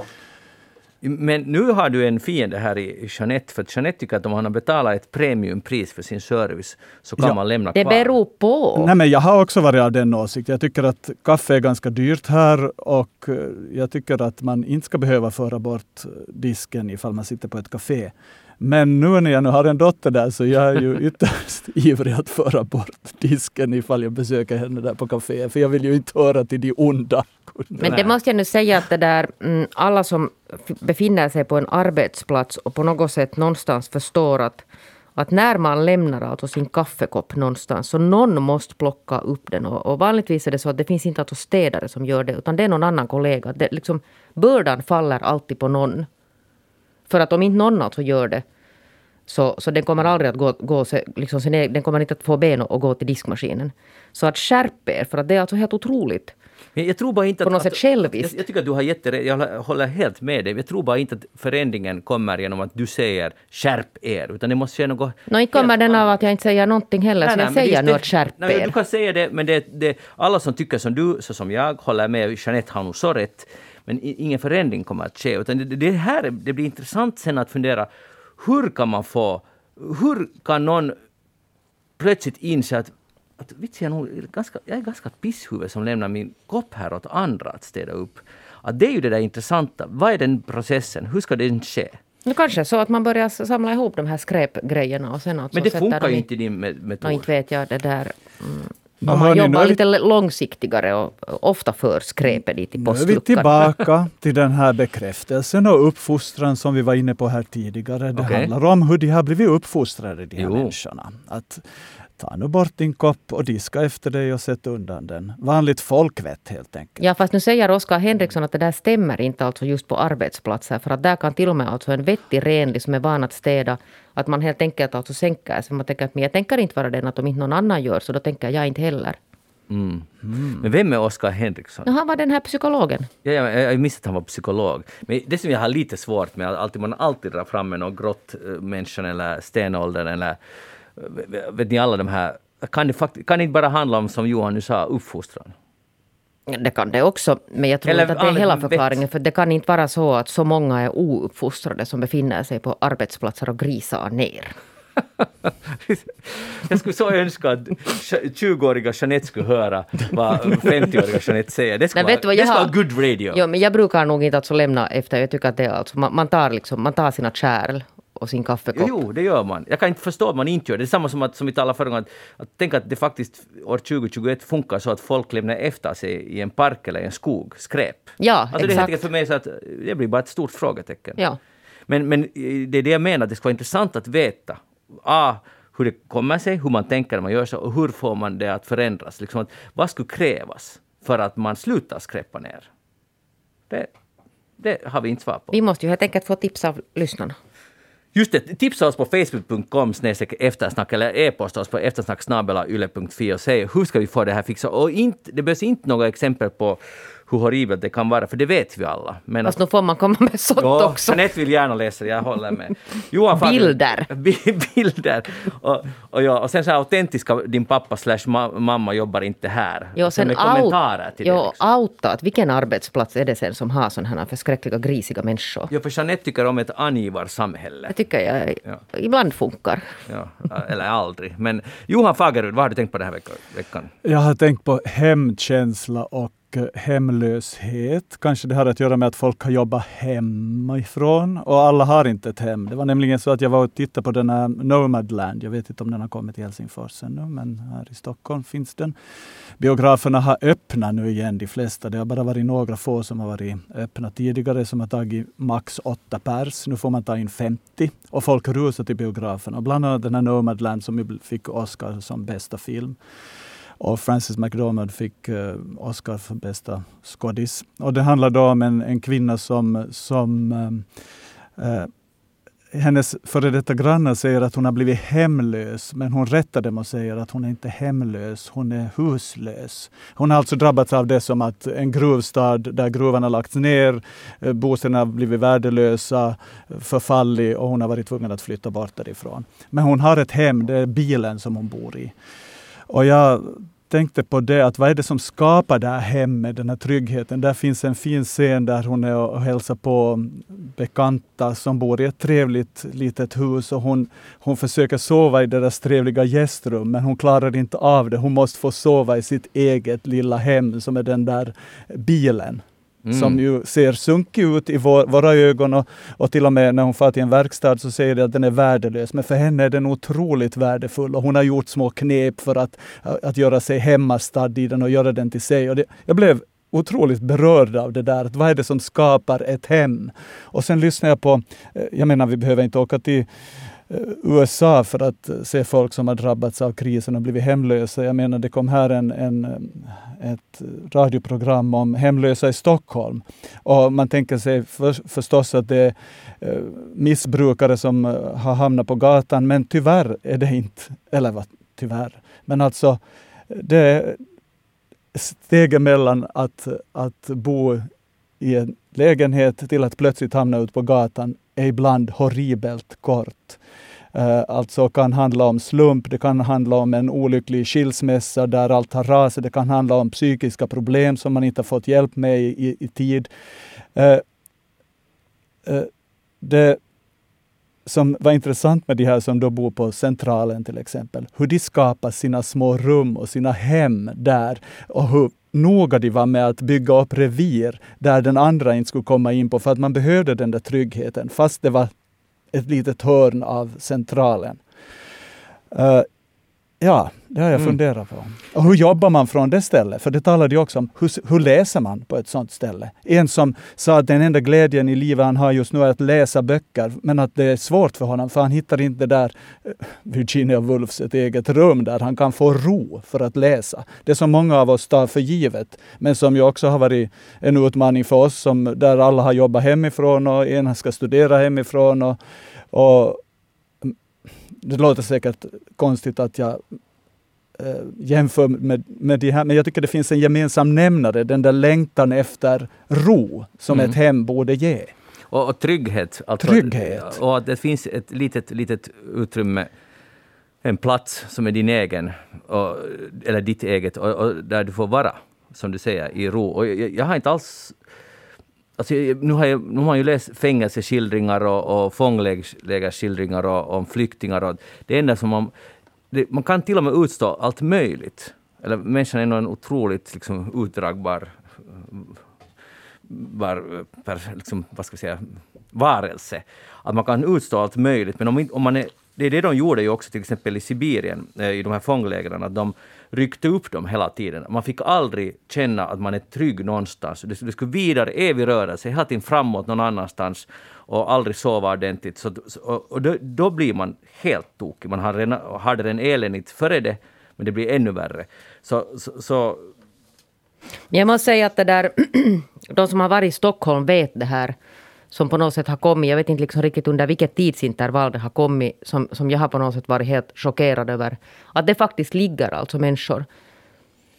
Men nu har du en fiende här i Jeanette, för att Jeanette tycker att om han har betalat ett premiumpris för sin service så kan man lämna kvar. Det beror på. Nej, men jag har också varit av den åsikten. Jag tycker att kaffe är ganska dyrt här och jag tycker att man inte ska behöva föra bort disken ifall man sitter på ett café. Men nu när jag nu har en dotter där så jag är ju ytterst ivrig att föra bort disken ifall jag besöker henne där på café. För jag vill ju inte höra till de onda kunderna. Men det måste jag nu säga att det där, alla som befinner sig på en arbetsplats och på något sätt någonstans förstår att när man lämnar alltså sin kaffekopp någonstans så någon måste plocka upp den. Och vanligtvis är det så att det finns inte alltså städare som gör det utan det är någon annan kollega. Det liksom, bördan faller alltid på någon. För att om inte någon alltså gör det så den kommer aldrig att gå liksom den kommer inte att få ben och gå till diskmaskinen. Så att skärpa er, för att det är alltså helt otroligt. Jag tror bara inte på något sätt själviskt. Jag tycker att du har jätterätt. Jag håller helt med dig. Jag tror bara inte att förändringen kommer genom att du säger skärp er. Utan det måste ske något... Inte kommer den av att jag inte säger någonting heller. Nej, så jag säger nu att skärp er. Du kan säga det, men alla som tycker som du, så som jag, håller med. Jeanette har nog så rätt. Men ingen förändring kommer att ske. Utan det blir intressant sen att fundera. Hur kan någon plötsligt inse att jag är ganska pisshuvud som lämnar min kopp här åt andra att städa upp. Att det är ju det där intressanta. Vad är den processen? Hur ska den ske? Nu kanske så att man börjar samla ihop de här skräpgrejerna och sen alltså men det funkar ju inte i din metod. Inte vet jag det där... Om man jobbar lite långsiktigare och ofta för skräpet dit i postluckan. Nu är vi tillbaka till den här bekräftelsen och uppfostran som vi var inne på här tidigare. Det handlar om hur de har blivit uppfostrade, de här människorna. Att ta nu bort din kopp och diska efter dig och sätta undan den. Vanligt folkvett helt enkelt. Ja, fast nu säger Oskar Henriksson att det där stämmer inte alltså just på arbetsplatser. För att där kan till och med alltså en vettig renlig som är van att städa, att man helt enkelt alltså sänker sig. Man tänker att jag tänker inte vara den att om inte någon annan gör så då tänker jag inte heller. Men vem är Oskar Henriksson? Han var den här psykologen. Ja, jag missade att han var psykolog. Men det som jag har lite svårt med att man alltid drar fram med någon grott människan eller stenåldern eller vet ni alla de här, kan det inte bara handla om, som Johan nu sa, uppfostran? Det kan det också, men jag tror inte att det är hela förklaringen. För det kan inte vara så att så många är ouppfostrade som befinner sig på arbetsplatser och grisar ner. Jag skulle så önska att 20-åriga Jeanette skulle höra vad 50-åriga Jeanette säger. Det skulle vara good radio. Ja, men jag brukar nog inte alltså lämna efter. Jag tycker att det är alltså, man tar sina kärl och sin kaffekopp. Jo, det gör man. Jag kan inte förstå att man inte gör det. Det är samma som vi talade förra gången. Att tänka att det faktiskt år 2021 funkar så att folk lämnar efter sig i en park eller i en skog skräp. Ja, alltså exakt. Det är för mig så att det blir bara ett stort frågetecken. Ja. Men det är det jag menar. Det ska vara intressant att veta hur det kommer sig, hur man tänker när man gör så och hur får man det att förändras. Liksom att, vad skulle krävas för att man slutar skräppa ner? Det har vi inte svar på. Vi måste ju helt enkelt få tips av lyssnarna. Just det, tipsa oss på facebook.com/eftersnack eller e-posta oss på eftersnack@yle.fi och säg hur ska vi få det här fixat. Och det behövs inte några exempel på hur horribelt det kan vara, för det vet vi alla. Men fast nu får man komma med sånt också. Jeanette vill gärna läsa, jag håller med. Bilder. Bilder. Och sen så här autentiska, din pappa / mamma jobbar inte här. Jo, sen med kommentarer till det. Liksom. Outa, att vilken arbetsplats är det sen som har sådana här förskräckliga grisiga människor? Ja, för Jeanette tycker om ett angivarsamhälle. Jag tycker jag ibland funkar. Ja, eller aldrig. Men Johan Fagerud, vad har du tänkt på den här veckan? Jag har tänkt på hemkänsla och hemlöshet. Kanske det har att göra med att folk har jobbat hemifrån och alla har inte ett hem. Det var nämligen så att jag var och tittade på den här Nomadland. Jag vet inte om den har kommit till Helsingfors ännu, men här i Stockholm finns den. Biograferna har öppnat nu igen, de flesta. Det har bara varit några få som har varit öppna tidigare, som har tagit max 8 pers. Nu får man ta in 50 och folk rusar till biograferna. Och bland annat den här Nomadland som fick Oscar som bästa film. Och Frances McDormand fick Oscar för bästa skådis. Och det handlar då om en kvinna som hennes före detta grannar säger att hon har blivit hemlös. Men hon rättar dem och säger att hon är inte hemlös, hon är huslös. Hon har alltså drabbats av det som att en gruvstad där gruvan har lagts ner, bostäderna har blivit värdelösa, förfallit och hon har varit tvungen att flytta bort därifrån. Men hon har ett hem, det är bilen som hon bor i. Och jag tänkte på det, att vad är det som skapar det här hemmet, den här tryggheten. Där finns en fin scen där hon är och hälsar på bekanta som bor i ett trevligt litet hus. Och hon försöker sova i deras trevliga gästrum, men hon klarar inte av det. Hon måste få sova i sitt eget lilla hem som är den där bilen. Som ju ser sunkig ut i våra ögon och till och med när hon får till en verkstad så säger det att den är värdelös. Men för henne är den otroligt värdefull och hon har gjort små knep för att göra sig hemmastad i den och göra den till sig. Och jag blev otroligt berörd av det där. Att vad är det som skapar ett hem? Och sen lyssnar jag på, jag menar vi behöver inte åka till USA för att se folk som har drabbats av krisen och blivit hemlösa. Jag menar det kom här ett radioprogram om hemlösa i Stockholm. Och man tänker sig förstås att det är missbrukare som har hamnat på gatan. Men tyvärr är det inte, eller vad tyvärr. Men alltså det är steg mellan att bo i en lägenhet till att plötsligt hamna ut på gatan är ibland horribelt kort. Alltså kan handla om slump, det kan handla om en olycklig skilsmässa där allt har rasat, det kan handla om psykiska problem som man inte har fått hjälp med i tid. Det som var intressant med de här som då bor på Centralen till exempel, hur de skapar sina små rum och sina hem där och hur noga de var med att bygga upp revir där den andra inte skulle komma in på för att man behövde den där tryggheten fast det var ett litet hörn av Centralen. Ja, det har jag funderat på. Och hur jobbar man från det stället? För det talade ju också om hur läser man på ett sånt ställe. En som sa att den enda glädjen i livet han har just nu är att läsa böcker. Men att det är svårt för honom för han hittar inte där Virginia Woolfs ett eget rum där han kan få ro för att läsa. Det som många av oss tar för givet. Men som ju också har varit en utmaning för oss där alla har jobbat hemifrån och en ska studera hemifrån och det låter säkert konstigt att jag jämför med det här, men jag tycker det finns en gemensam nämnare, den där längtan efter ro som ett hem borde ge. Och trygghet. Alltså, trygghet. Och att det finns ett litet utrymme, en plats som är din egen, eller ditt eget, och där du får vara, som du säger, i ro. Och jag har inte alls... Alltså, nu har man ju läst fängelseskildringar och fånglägerskildringar och om flyktingar. Och det enda som man kan till och med utstå allt möjligt. Eller människan är nog en otroligt liksom, utdragbar liksom, vad ska jag säga, varelse. Att man kan utstå allt möjligt. Men om man är... Det är det de gjorde ju också till exempel i Sibirien, i de här fånglägren, att de ryckte upp dem hela tiden. Man fick aldrig känna att man är trygg någonstans. Det skulle vidare, evig rörelse, hela tiden framåt någon annanstans och aldrig sova ordentligt. Och då blir man helt tokig. Man hade den eländigt före det, men det blir ännu värre. Så... Jag måste säga att det där, de som har varit i Stockholm vet det här, som på något sätt har kommit, jag vet inte liksom riktigt under vilket tidsintervall det har kommit, som jag har på något sätt varit helt chockerad över. Att det faktiskt ligger alltså människor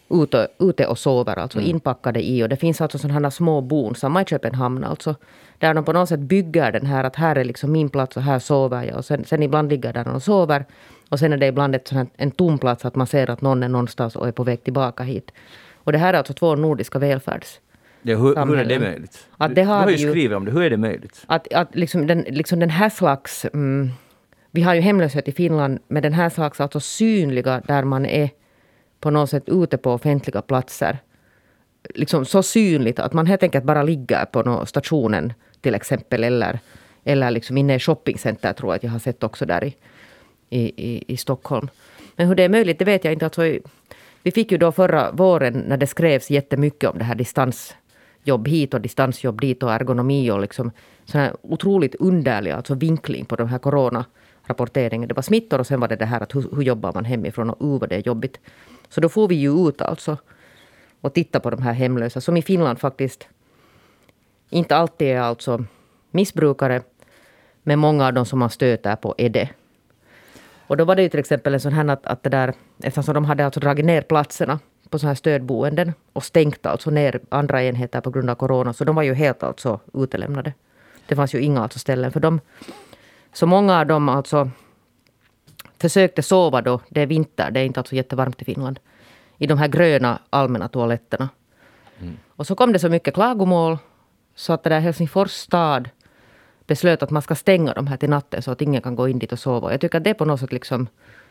ute och sover, alltså inpackade i. Och det finns alltså sådana små bon, samma i Köpenhamn alltså. Där de på något sätt bygger den här, att här är liksom min plats och här sover jag. Och sen ibland ligger där och sover. Och sen är det ibland en tom plats att man ser att någon är någonstans och är på väg tillbaka hit. Och det här är alltså 2 nordiska välfärds. Ja, hur är det möjligt? Att du har ju skrivit om det. Hur är det möjligt? Att liksom den här slags... vi har ju hemlöshet i Finland, med den här slags alltså synliga där man är på något sätt ute på offentliga platser. Liksom så synligt att man helt enkelt bara ligger på stationen till exempel. Eller liksom inne i shoppingcenter, tror jag att jag har sett också där i Stockholm. Men hur det är möjligt, det vet jag inte. Alltså, vi fick ju då förra våren, när det skrevs jättemycket om det här distansjobb hit och distansjobb dit och ergonomi och liksom sån här otroligt underlig alltså vinkling på de här coronarapporteringen. Det var smittor och sen var det här att hur jobbar man hemifrån och vad det är jobbigt. Så då får vi ju ut alltså och titta på de här hemlösa som i Finland faktiskt inte alltid är alltså missbrukare, men många av dem som man stöter på är det. Och då var det ju till exempel en sån här att det där, eftersom de hade alltså dragit ner platserna på så här stödboenden och stängt alltså ner andra enheter på grund av corona, så de var ju helt alltså utelämnade. Det fanns ju inga alltså ställen för dem. Så många av dem alltså försökte sova då, det är vinter, det är inte alltså jättevarmt i Finland, i de här gröna allmänna toaletterna. Och så kom det så mycket klagomål så att det där Helsingfors stad beslöt att man ska stänga de här till natten så att ingen kan gå in dit och sova. Jag tycker att det är på något sätt liksom...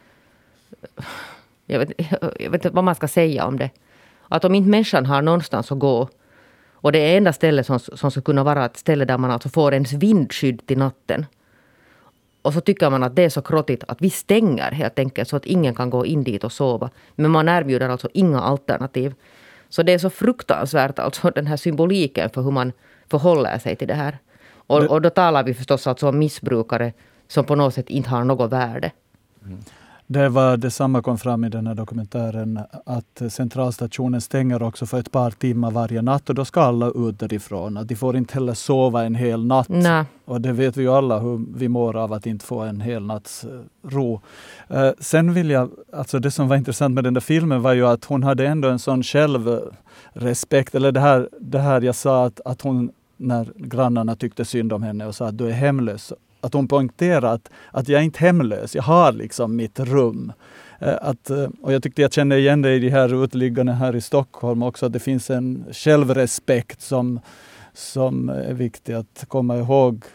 Jag vet inte vad man ska säga om det. Att om inte människan har någonstans att gå och det är enda stället som ska kunna vara ett ställe där man alltså får ens vindskydd till natten. Och så tycker man att det är så krottigt att vi stänger helt enkelt så att ingen kan gå in dit och sova. Men man erbjuder alltså inga alternativ. Så det är så fruktansvärt alltså den här symboliken för hur man förhåller sig till det här. Och då talar vi förstås alltså om missbrukare som på något sätt inte har något värde. Det var detsamma kom fram i den här dokumentären, att centralstationen stänger också för ett par timmar varje natt och då ska alla ut därifrån. Att de får inte heller sova en hel natt. Nej. Och det vet vi ju alla hur vi mår av att inte få en hel natts ro. Sen vill jag, alltså det som var intressant med den där filmen var ju att hon hade ändå en sån självrespekt, eller det här jag sa att hon, när grannarna tyckte synd om henne och sa att du är hemlös, att hon poängterar att jag är inte hemlös, jag har liksom mitt rum. Och jag tyckte jag kände igen det i de här utliggarna här i Stockholm också, att det finns en självrespekt som är viktig att komma ihåg.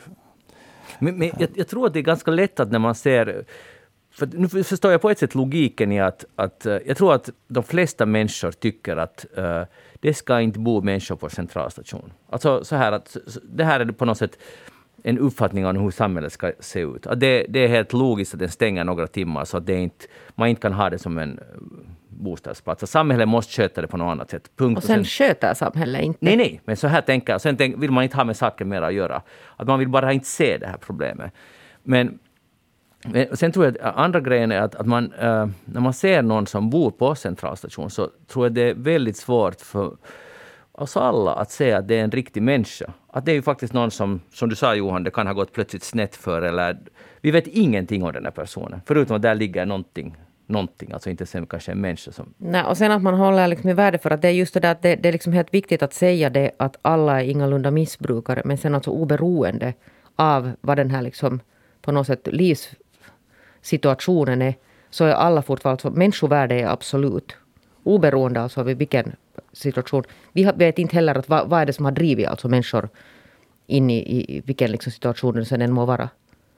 Men jag tror att det är ganska lätt att när man ser... För nu förstår jag på ett sätt logiken i att jag tror att de flesta människor tycker att det ska inte bo människor på centralstation. Alltså så här att det här är på något sätt en uppfattning om hur samhället ska se ut. Att det är helt logiskt att den stänger några timmar så att man inte kan ha det som en bostadsplats. Att samhället måste sköta det på något annat sätt. Punkt. Och sen sköter samhället inte. Nej, men så här tänker jag. Sen vill man inte ha med saker mer att göra. Att man vill bara inte se det här problemet. Men sen tror jag att andra grejen är att man, när man ser någon som bor på centralstation så tror jag det är väldigt svårt för oss alla att se att det är en riktig människa. Att det är ju faktiskt någon som du sa Johan, det kan ha gått plötsligt snett för, eller vi vet ingenting om den här personen. Förutom att där ligger någonting, alltså inte sen kanske en människa som... Nej, och sen att man håller liksom i värde för att det är just det där att det är liksom helt viktigt att säga det att alla är ingalunda missbrukare, men sen alltså oberoende av vad den här liksom på något sätt livssituationen är, så är alla fortfarande, alltså människovärde är absolut oberoende alltså av vilken situation. Vi vet inte heller att vad är det som har drivit alltså människor in i vilken liksom situation det sen än må vara.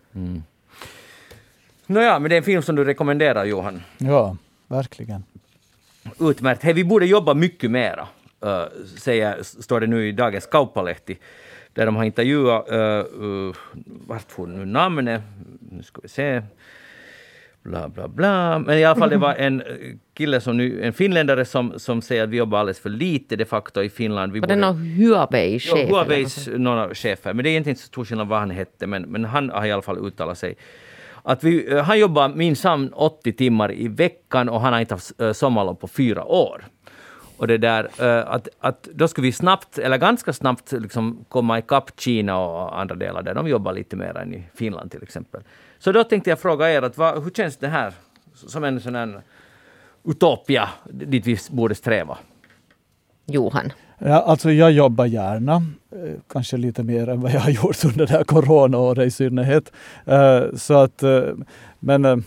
Nåja, men det är en film som du rekommenderar, Johan. Ja, verkligen. Utmärkt. Hej, vi borde jobba mycket mera, står det nu i dagens Kauppalehti, där de har intervjuat, vart får nu namnet? Nu ska vi se... Bla, bla, bla. Men i alla fall det var en kille en finländare som säger att vi jobbar alldeles för lite de facto i Finland. Och den har Huawei-chef? Ja, Huaweis några chefer. Men det är egentligen inte så stor skillnad vad han hette. Men han har i alla fall uttalat sig. Att han jobbar minsann 80 timmar i veckan och han har inte haft sommarlov på 4 år. Och det där att då skulle vi ganska snabbt liksom komma ikapp Kina och andra delar där de jobbar lite mer än i Finland till exempel. Så då tänkte jag fråga er att hur känns det här som en sån här utopia dit vi borde sträva? Johan? Ja, alltså jag jobbar gärna, kanske lite mer än vad jag har gjort under det här coronaåret i synnerhet. Så att, men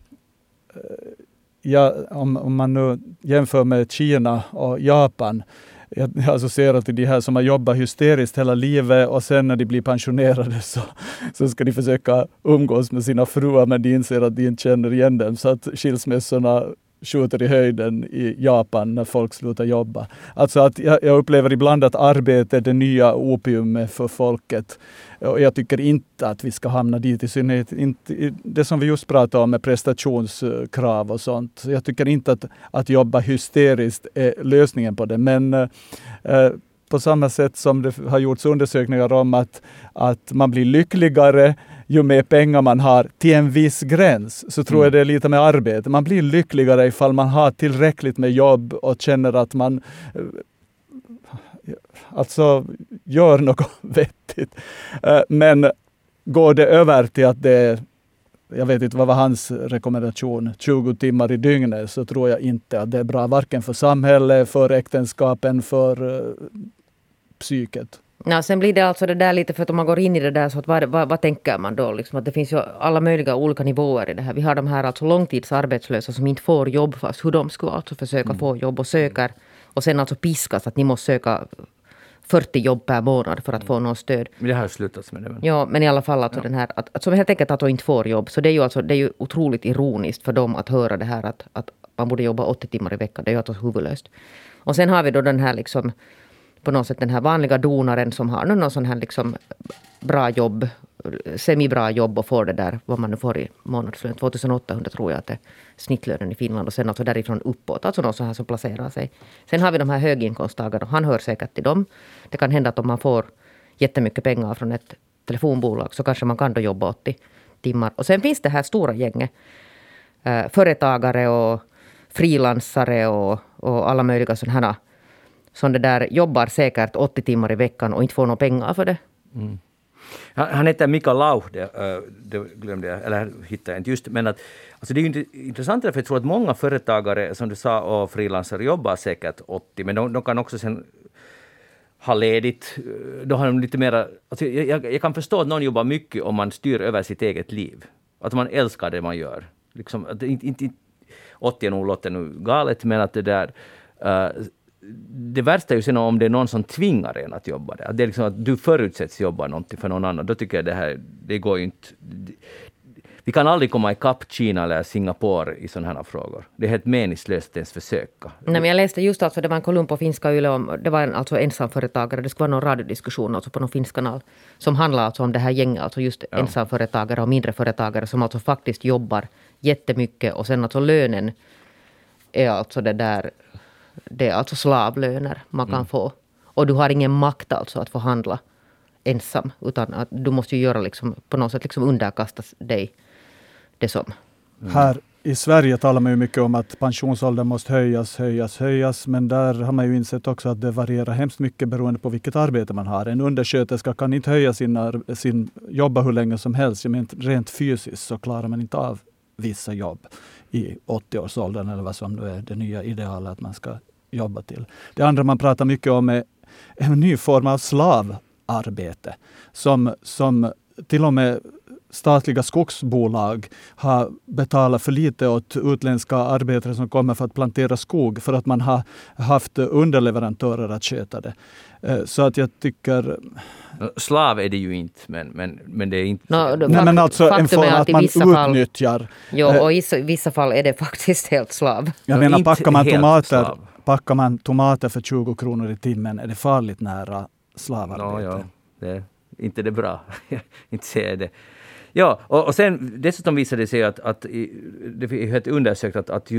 ja, om man nu jämför med Kina och Japan, jag associerar till de här som har jobbat hysteriskt hela livet och sen när de blir pensionerade så ska de försöka umgås med sina fruar, men de inser att de inte känner igen dem, så att skilsmässorna skjuter i höjden i Japan när folk slutar jobba. Alltså att jag upplever ibland att arbete är det nya opiumet för folket. Och jag tycker inte att vi ska hamna dit, i synnerhet inte det som vi just pratade om med prestationskrav och sånt. Så jag tycker inte att jobba hysteriskt är lösningen på det. Men på samma sätt som det har gjorts undersökningar om att man blir lyckligare ju mer pengar man har till en viss gräns, så tror jag det är lite med arbete. Man blir lyckligare ifall man har tillräckligt med jobb och känner att man alltså gör något vettigt. Men går det över till att det är, jag vet inte vad var hans rekommendation, 20 timmar i dygnet, så tror jag inte att det är bra, varken för samhället, för äktenskapen, för psyket. Ja, sen blir det alltså det där lite, för att om man går in i det där, så att vad tänker man då? Liksom att det finns ju alla möjliga olika nivåer i det här. Vi har de här alltså långtidsarbetslösa som inte får jobb, fast hur de skulle alltså försöka få jobb och söker. Och sen alltså piskas att ni måste söka 40 jobb per månad för att få något stöd. Men det har slutat med det. Ja, men i alla fall alltså den här, att som helt enkelt att inte får jobb. Så det är ju otroligt ironiskt för dem att höra det här att man borde jobba 80 timmar i veckan. Det är ju alltså huvudlöst. Och sen har vi då den här liksom, på något sätt den här vanliga donaren som har någon sån här liksom bra jobb, semibra jobb och får det där, vad man nu får i månadslön. 2800 tror jag att det är snittlönen i Finland, och sen alltså därifrån uppåt. Alltså någon sån här som placerar sig. Sen har vi de här höginkomsttagarna, han hör säkert till dem. Det kan hända att om man får jättemycket pengar från ett telefonbolag så kanske man kan då jobba 80 timmar. Och sen finns det här stora gänget företagare och frilansare och alla möjliga sådana här som det där jobbar säkert 80 timmar i veckan och inte får några pengar för det. Mm. Han heter Mika Lauhde, det glömde jag, eller hittade jag inte just, men att, alltså det är ju intressant för jag tror att många företagare, som du sa, och frilansare jobbar säkert 80, men de kan också sen ha ledigt, då har de lite mera, alltså jag kan förstå att någon jobbar mycket om man styr över sitt eget liv, att man älskar det man gör. Liksom, att inte 80 låter nu galet, men att det där det värsta är ju sen om det är någon som tvingar en att jobba det. Att det är liksom att du förutsätts jobba någonting för någon annan. Då tycker jag det går ju inte. Vi kan aldrig komma ikapp Kina eller Singapore i sådana här frågor. Det är helt meningslöst att ens försöka. Nej, men jag läste just alltså, det var en kolumn på finska Yle om, det var en ensamföretagare, det skulle vara någon radiodiskussion alltså på någon finsk kanal, som handlar alltså om det här gänget, alltså just ensamföretagare och mindre företagare som alltså faktiskt jobbar jättemycket, och sen alltså lönen är alltså det är alltså slavlöner man kan få. Och du har ingen makt alltså att förhandla ensam, utan att du måste ju göra liksom, på något sätt liksom underkasta dig det som. Här i Sverige talar man ju mycket om att pensionsåldern måste höjas, men där har man ju insett också att det varierar hemskt mycket beroende på vilket arbete man har. En undersköterska kan inte höja sin jobba hur länge som helst, men rent fysiskt så klarar man inte av vissa jobb i 80-årsåldern eller vad som nu är det nya idealet att man ska jobba till. Det andra man pratar mycket om är en ny form av slavarbete som till och med statliga skogsbolag har betalat för lite åt utländska arbetare som kommer för att plantera skog, för att man har haft underleverantörer att sköta det. Så att jag tycker... Slav är det ju inte, men det är inte... Nej, men alltså en form att man utnyttjar... Ja, och i vissa fall är det faktiskt helt slav. Jag menar, packar man tomater för 20 kronor i timmen, är det farligt nära slavarbete. Ja, det är inte det bra. Inte ser det. Ja, och sen dessutom visade det sig att det är helt undersökt att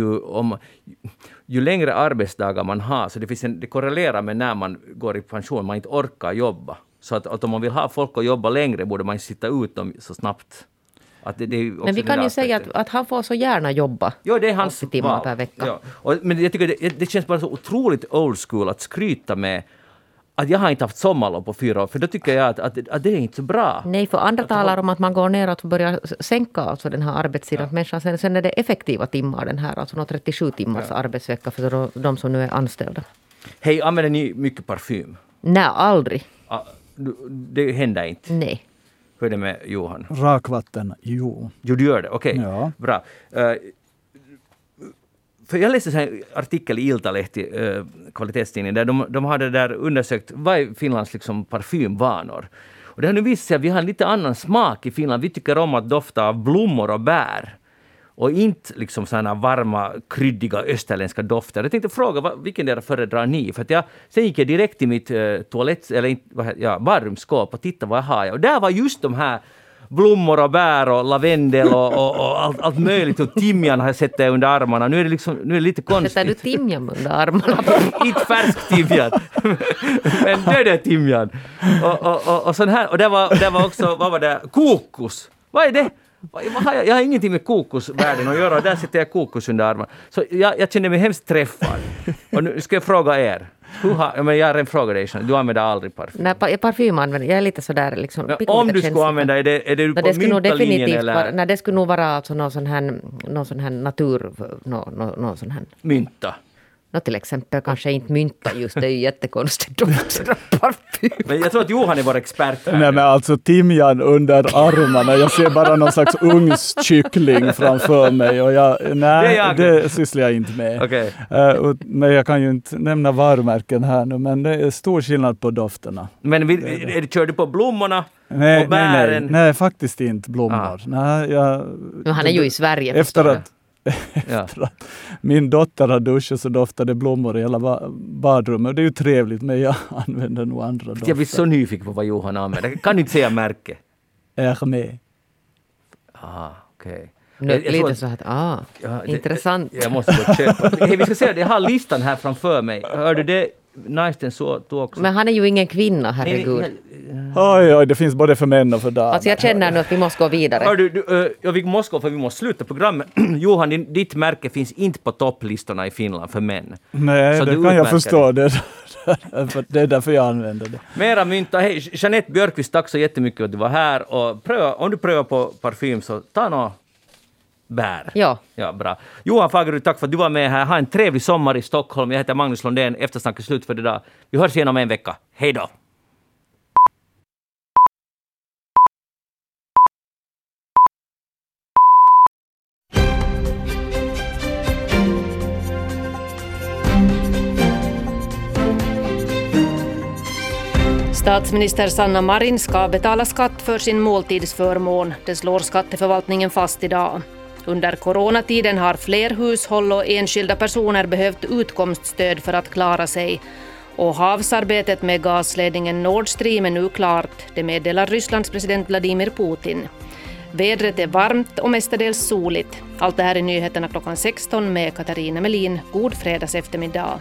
ju längre arbetsdagar man har, så det korrelerar med när man går i pension, man inte orkar jobba. Så att om man vill ha folk att jobba längre borde man sitta ut dem så snabbt. Men vi kan ju säga att han får så gärna jobba. Ja, det är hans 80 timmar per vecka. Ja. Men jag tycker det känns bara så otroligt old school att skryta med att jag har inte haft sommarlov på 4 år, för då tycker jag att det är inte så bra. Nej, för andra talar om att man går ner och börjar sänka alltså den här arbetstiden. Människan, sen är det effektiva timmar den här, alltså 37 timmars arbetsvecka för de som nu är anställda. Hej, använder ni mycket parfym? Nej, aldrig. Det händer inte. Nej. Hur är det med Johan? Rakvatten, jo. Jo, du gör det, okej. Ja. Bra. För jag läste en artikel i Iltalehti, kvalitetstidningen, där de hade där undersökt vad är Finlands liksom parfymvanor. Och det har nu visat sig att vi har en lite annan smak i Finland. Vi tycker om att dofta av blommor och bär. Och inte liksom sådana varma, kryddiga österländska dofter. Jag tänkte fråga, vilken där föredrar ni? För att sen gick jag direkt till mitt badrumsskåp och tittade vad jag har. Och där var just de här blommor och bär och lavendel och allt möjligt. Och timjan har jag sett det under armarna. Nu är det lite konstigt. Sätter du timjan under armarna? Inte färsk timjan. Men det är timjan. Och sån här. Och det var också, vad var det? Kokos. Vad är det? Jag har ingenting med kokosvärlden att göra. Där sitter jag kokos under armarna. Så jag känner mig hemskt träffad. Och nu ska jag fråga er. Men jag har en fråga dig. Du använder aldrig parfym. Nej, parfym använder jag är lite sådär liksom. Men om du skulle använda, är det på myntalinjen eller? Nej, det skulle nog vara alltså någon sån här natur, någon sån här. Mynta. Till exempel kanske inte mynta just, det är ju jättekonstigt doft av parfym. Men jag tror att Johan är vår expert här. Nej, men alltså timjan under armarna. Jag ser bara någon slags ugnskyckling framför mig. Och det sysslar jag inte med. Okay. Men jag kan ju inte nämna varumärken här nu. Men det är stor skillnad på dofterna. Men kör du på blommorna? Nej, faktiskt inte blommor. Men han är ju i Sverige. Efter att min dotter har duschat så doftade blommor i hela badrummet. Det är ju trevligt, men jag använder nog andra dofter. Jag blir så nyfiken på vad Johan använder. Kan du inte säga märke? Hermé. Okej. Lite så här, intressant. Jag måste gå och köpa. Vi ska se, jag har listan här framför mig. Hör du det? Nice, så du också. Men han är ju ingen kvinna, herregud. Oj, det finns både för män och för damer. Alltså jag känner nu att vi måste gå vidare. Hör vi måste gå för vi måste sluta programmet. Johan, ditt märke finns inte på topplistorna i Finland för män. Nej, så det kan jag förstå. Det är därför jag använder det. Mera mynta. Hej, Jeanette Björkqvist, tack så jättemycket att du var här. Och om du prövar på parfym så ta något bär. Ja, bra. Johan Fagerud, tack för att du var med här. Ha en trevlig sommar i Stockholm. Jag heter Magnus Lundén. Eftersnack är slut för idag. Vi hörs igen om en vecka. Hej då! Statsminister Sanna Marin ska betala skatt för sin måltidsförmån. Det slår skatteförvaltningen fast idag. Under coronatiden har fler hushåll och enskilda personer behövt utkomststöd för att klara sig. Och havsarbetet med gasledningen Nord Stream är nu klart. Det meddelar Rysslands president Vladimir Putin. Vädret är varmt och mestadels soligt. Allt det här är nyheterna klockan 16 med Katarina Melin. God fredags eftermiddag.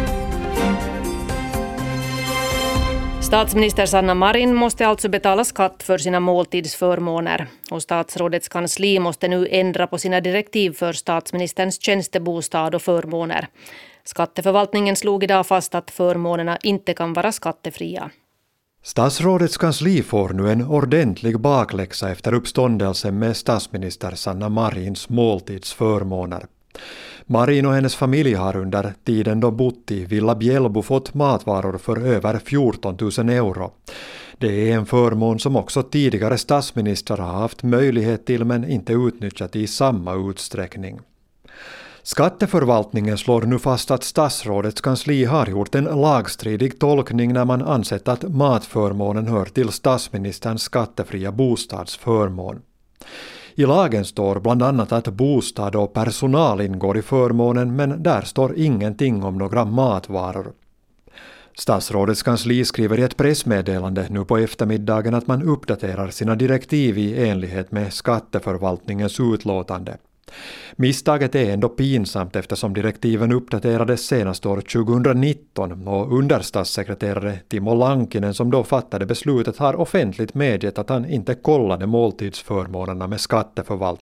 Statsminister Sanna Marin måste alltså betala skatt för sina måltidsförmåner. Och statsrådets kansli måste nu ändra på sina direktiv för statsministerns tjänstebostad och förmåner. Skatteförvaltningen slog idag fast att förmånerna inte kan vara skattefria. Statsrådets kansli får nu en ordentlig bakläxa efter uppståndelsen med statsminister Sanna Marins måltidsförmåner. Marin och hennes familj har under tiden de bott i Villa Bjällbo fått matvaror för över 14 000 euro. Det är en förmån som också tidigare statsministrar har haft möjlighet till men inte utnyttjat i samma utsträckning. Skatteförvaltningen slår nu fast att statsrådets kansli har gjort en lagstridig tolkning när man ansett att matförmånen hör till statsministerns skattefria bostadsförmån. I lagen står bland annat att bostad och personal ingår i förmånen, men där står ingenting om några matvaror. Statsrådets kansli skriver i ett pressmeddelande nu på eftermiddagen att man uppdaterar sina direktiv i enlighet med skatteförvaltningens utlåtande. Misstaget är ändå pinsamt eftersom direktiven uppdaterades senast år 2019 och understatssekreterare Timo Lankinen som då fattade beslutet har offentligt medgett att han inte kollade måltidsförmånerna med skatteförvaltningen.